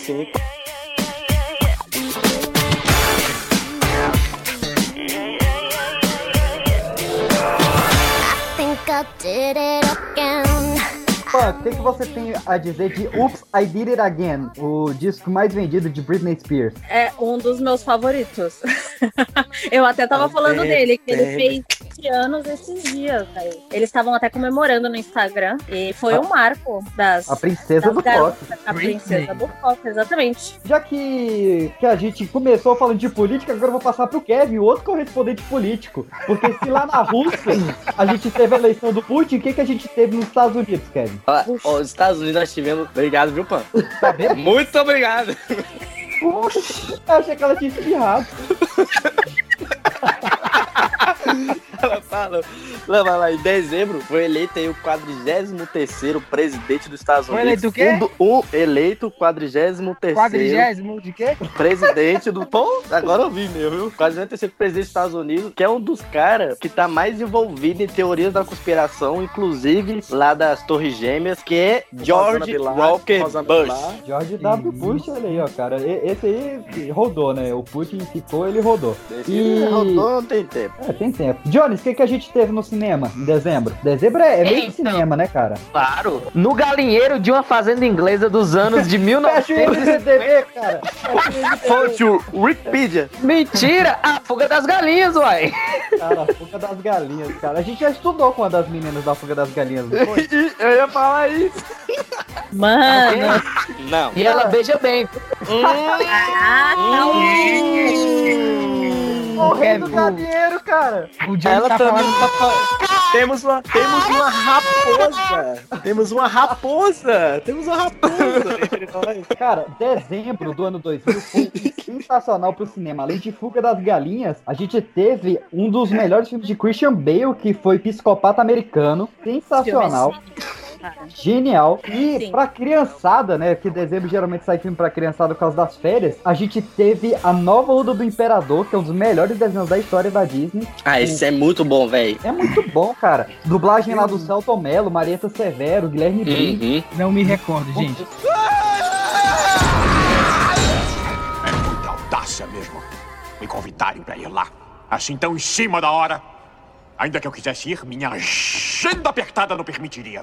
Think I did it again. O que você tem a dizer de Oops, I Did It Again, o disco mais vendido de Britney Spears? É um dos meus favoritos. Eu até tava falando dele, que ele fez 20 anos esses dias. Né? Eles estavam até comemorando no Instagram. E foi um marco das... A princesa do pop. A princesa do pop, exatamente. Já que a gente começou falando de política, agora eu vou passar pro Kevin, o outro correspondente político. Porque se lá na Rússia a gente teve a eleição do Putin, o que a gente teve nos Estados Unidos, Kevin? Os Estados Unidos nós tivemos... Obrigado, viu, Pan? Tá vendo? Muito obrigado. Puxa, eu achei que ela tinha espirrado. Ela fala. Não, vai lá, em dezembro foi eleito aí o 43º presidente dos Estados Unidos. Foi eleito o quê? Eleito o 43º. 40º de quê? Presidente do... Pô, agora eu vi meu, viu? 43º presidente dos Estados Unidos, que é um dos caras que tá mais envolvido em teorias da conspiração, inclusive lá das Torres Gêmeas, que é George Walker Bush. George W. Bush, olha aí, ó, cara. Esse aí rodou, né? O Putin ficou, ele rodou. Esse rodou, não tem tempo. É, tem tempo. Jones, o que a gente teve no cinema em dezembro? Dezembro é meio de cinema, né, cara? Claro. No galinheiro de uma fazenda inglesa dos anos de 1950. cara. Fonte Wikipedia. Mentira! A fuga das galinhas, uai. Cara, a fuga das galinhas, cara. A gente já estudou com uma das meninas da fuga das galinhas, não foi? Eu ia falar isso. Mano. Não. E ela beija bem. Morrendo do galinheiro, cara. O Jones tá falando... Temos uma raposa. Temos uma raposa. Cara, dezembro do ano 2000 foi sensacional pro cinema. Além de Fuga das Galinhas, a gente teve um dos melhores filmes de Christian Bale, que foi Psicopata Americano. Sensacional. Genial. E sim, pra criançada, né, que dezembro geralmente sai filme pra criançada por causa das férias, a gente teve A Nova Onda do Imperador, que é um dos melhores desenhos da história da Disney. Ah, esse é muito bom, velho. É muito bom, cara. Dublagem lá do Celton Mello, Marieta Severo, Guilherme Briggs. Não me recordo, gente. É muita audácia mesmo me convidarem pra ir lá, assim tão em cima da hora. Ainda que eu quisesse ir, minha agenda apertada não permitiria.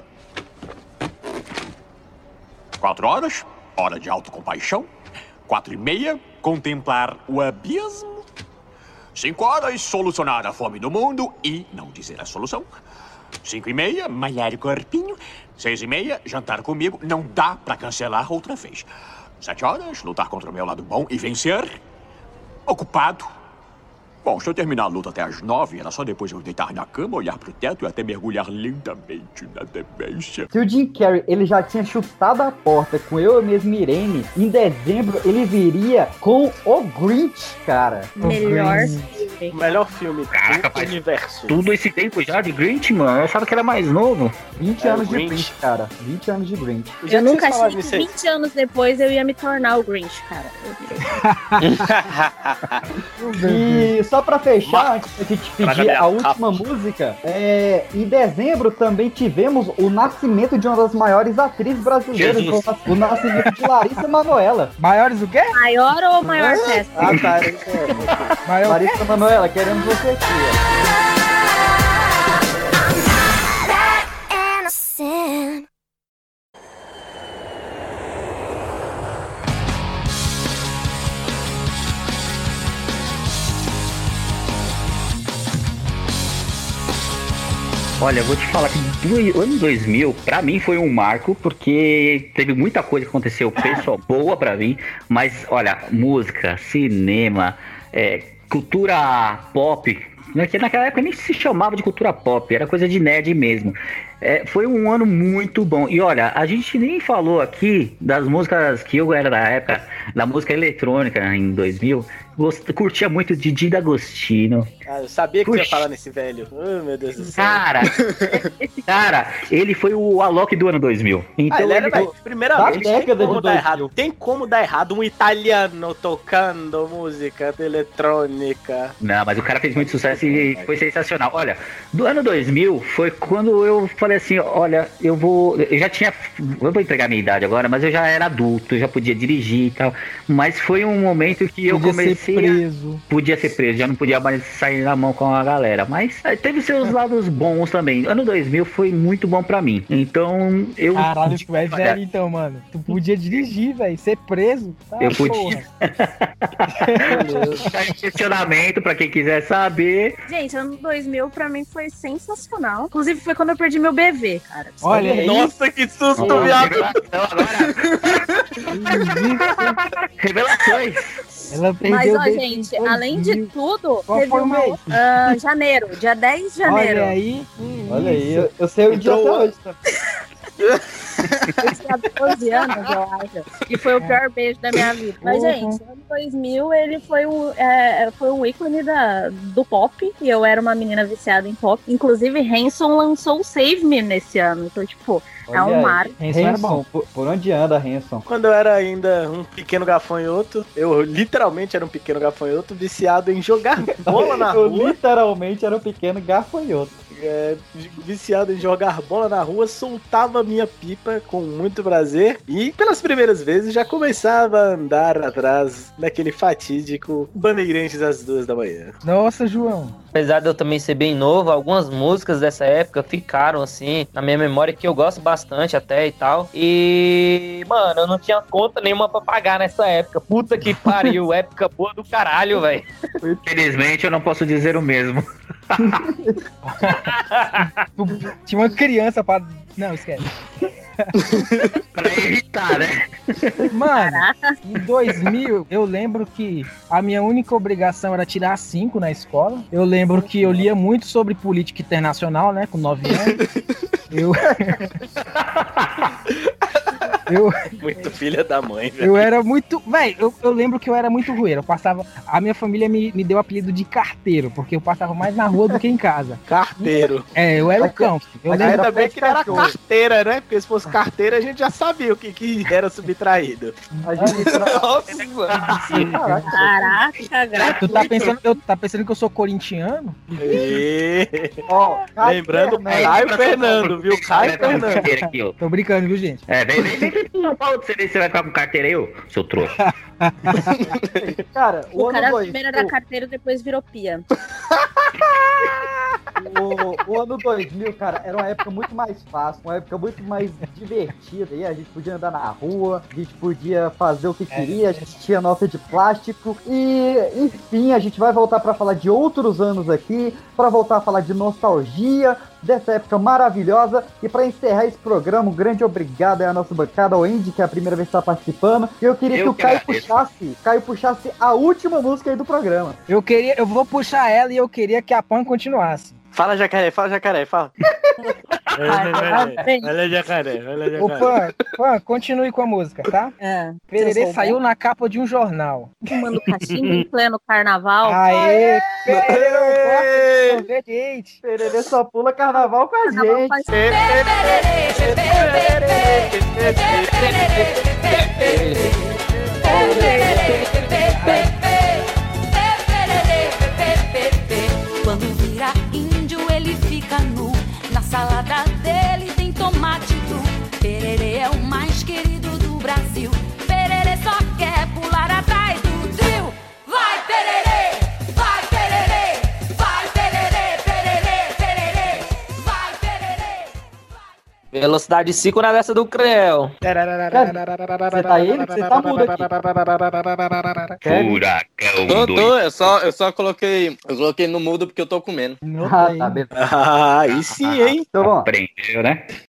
4 horas, hora de autocompaixão. 4:30, contemplar o abismo. 5 horas, solucionar a fome do mundo e não dizer a solução. 5:30, malhar o corpinho. 6:30, jantar comigo. Não dá pra cancelar outra vez. 7 horas, lutar contra o meu lado bom e vencer. Ocupado. Bom, se eu terminar a luta até às 9, era só depois eu deitar na cama, olhar pro teto e até mergulhar lentamente na demência. Se o Jim Carrey, ele já tinha chutado a porta com Eu Mesmo Irene, em dezembro ele viria com O Grinch, cara. Melhor filme Caraca, do universo. Tudo esse tempo já de Grinch, mano? Eu achava que era mais novo. 20 anos de Grinch, cara. 20 anos de Grinch. Eu nunca achei que 20 anos depois eu ia me tornar o Grinch, cara. E só pra fechar, antes da gente pedir a última música, em dezembro também tivemos o nascimento de uma das maiores atrizes brasileiras, o nascimento de Larissa Manoela. Maiores o quê? Maior ou maior festa? Ah, tá. Larissa Manoela, queremos você aqui, ó. Olha, eu vou te falar que o ano 2000, pra mim, foi um marco, porque teve muita coisa que aconteceu, pessoal, boa pra mim, mas, olha, música, cinema, cultura pop, que naquela época nem se chamava de cultura pop, era coisa de nerd mesmo. Foi um ano muito bom. E olha, a gente nem falou aqui das músicas que eu era da época, da música eletrônica em 2000. Curtia muito Didi D'Agostino. Ah, eu sabia que você ia falar nesse velho. Oh, meu Deus do céu. Cara, ele foi o Alok do ano 2000. Então ele era, primeiramente, tem como dar errado um italiano tocando música eletrônica. Não, mas o cara fez muito sucesso e foi sensacional. Olha, do ano 2000 foi quando eu falei falei assim, olha, eu já tinha, eu vou entregar a minha idade agora, mas eu já era adulto, eu já podia dirigir e tal, mas foi um momento que eu comecei podia ser preso, já não podia mais sair na mão com a galera, mas teve seus lados bons também. Ano 2000 foi muito bom pra mim, então eu... Caralho, tu é velho então, mano. Tu podia dirigir, velho, ser preso. Tá, eu podia. Questionamento pra quem quiser saber. Gente, ano 2000 pra mim foi sensacional. Inclusive foi quando eu perdi meu bebê, cara. Olha aí. Nossa, que susto, viado. Revelações. Mas, ó, gente, além de tudo, teve uma janeiro, dia 10 de janeiro. Olha aí, eu sei o dia até hoje. Eu tinha 12 anos, eu acho. E foi o pior beijo da minha vida. Mas, gente, ano 2000, ele foi um ícone do pop. E eu era uma menina viciada em pop. Inclusive, Hanson lançou o Save Me nesse ano. Então, tipo, é um marco. Hanson, por onde anda Hanson? Quando eu era ainda um pequeno gafanhoto, eu literalmente era um pequeno gafanhoto viciado em jogar bola na rua. Eu literalmente era um pequeno gafanhoto. Viciado em jogar bola na rua, soltava minha pipa com muito prazer e pelas primeiras vezes já começava a andar atrás daquele fatídico Bandeirantes às 2 da manhã. Nossa, João. Apesar de eu também ser bem novo, algumas músicas dessa época ficaram assim na minha memória que eu gosto bastante até e tal. E, mano, eu não tinha conta nenhuma pra pagar nessa época. Puta que pariu, época boa do caralho, velho. Infelizmente eu não posso dizer o mesmo. Tinha uma criança pra... Não, esquece. Pra evitar, né? Mano, em 2000, eu lembro que a minha única obrigação era tirar 5 na escola. Eu lembro que eu lia muito sobre política internacional, né? Com 9 anos. Muito filha da mãe, velho. Eu era muito... Véi, eu lembro que eu era muito rueiro. Eu passava... A minha família me deu o apelido de carteiro, porque eu passava mais na rua do que em casa. Carteiro. Eu era o cão. Ainda bem que não era carteira, né? Porque se fosse carteira, a gente já sabia o que era subtraído. Caraca, Tu tá pensando que eu sou corintiano? Lembrando, Caio Fernando, viu? Caio Fernando. Tô brincando, viu, gente? Vem São Paulo pra você ver se você vai ficar com carteira aí, ô, seu trouxa. Cara, o cara primeiro era carteiro, depois virou pia. O ano 2000, cara, era uma época muito mais fácil, uma época muito mais divertida. E a gente podia andar na rua, a gente podia fazer o que queria, a gente tinha nota de plástico. E, enfim, a gente vai voltar pra falar de outros anos aqui, pra voltar a falar de nostalgia dessa época maravilhosa. E pra encerrar esse programa, um grande obrigado aí à nossa bancada, ao Andy, que é a primeira vez que tá participando. E eu queria que o Caio puxasse a última música aí do programa. Eu vou puxar ela e eu queria que a Pan continuasse. Fala, Jacaré, fala. Olha, Jacaré. Ô, Pan, continue com a música, tá? Pererê saiu na capa de um jornal. Fumando cachimbo em pleno carnaval. Aê! Pererê não gosta de sorvete. Pererê só pula carnaval com a gente. Quando vira índio, ele fica nu. Na salada dele tem tomate cru. Pererê é o mais querido do Brasil. Pererê só quer pular atrás do trio. Vai, Pererê! Vai, Pererê! Vai, Pererê! Pererê, Pererê! Vai, Pererê! Velocidade 5 na dessa do Creu. Você tá aí? Você tá mudo aqui. Furacão Eu só coloquei no mudo porque eu tô comendo. Tá, beleza. Aí sim, hein? Então, bom. Aprendeu, né?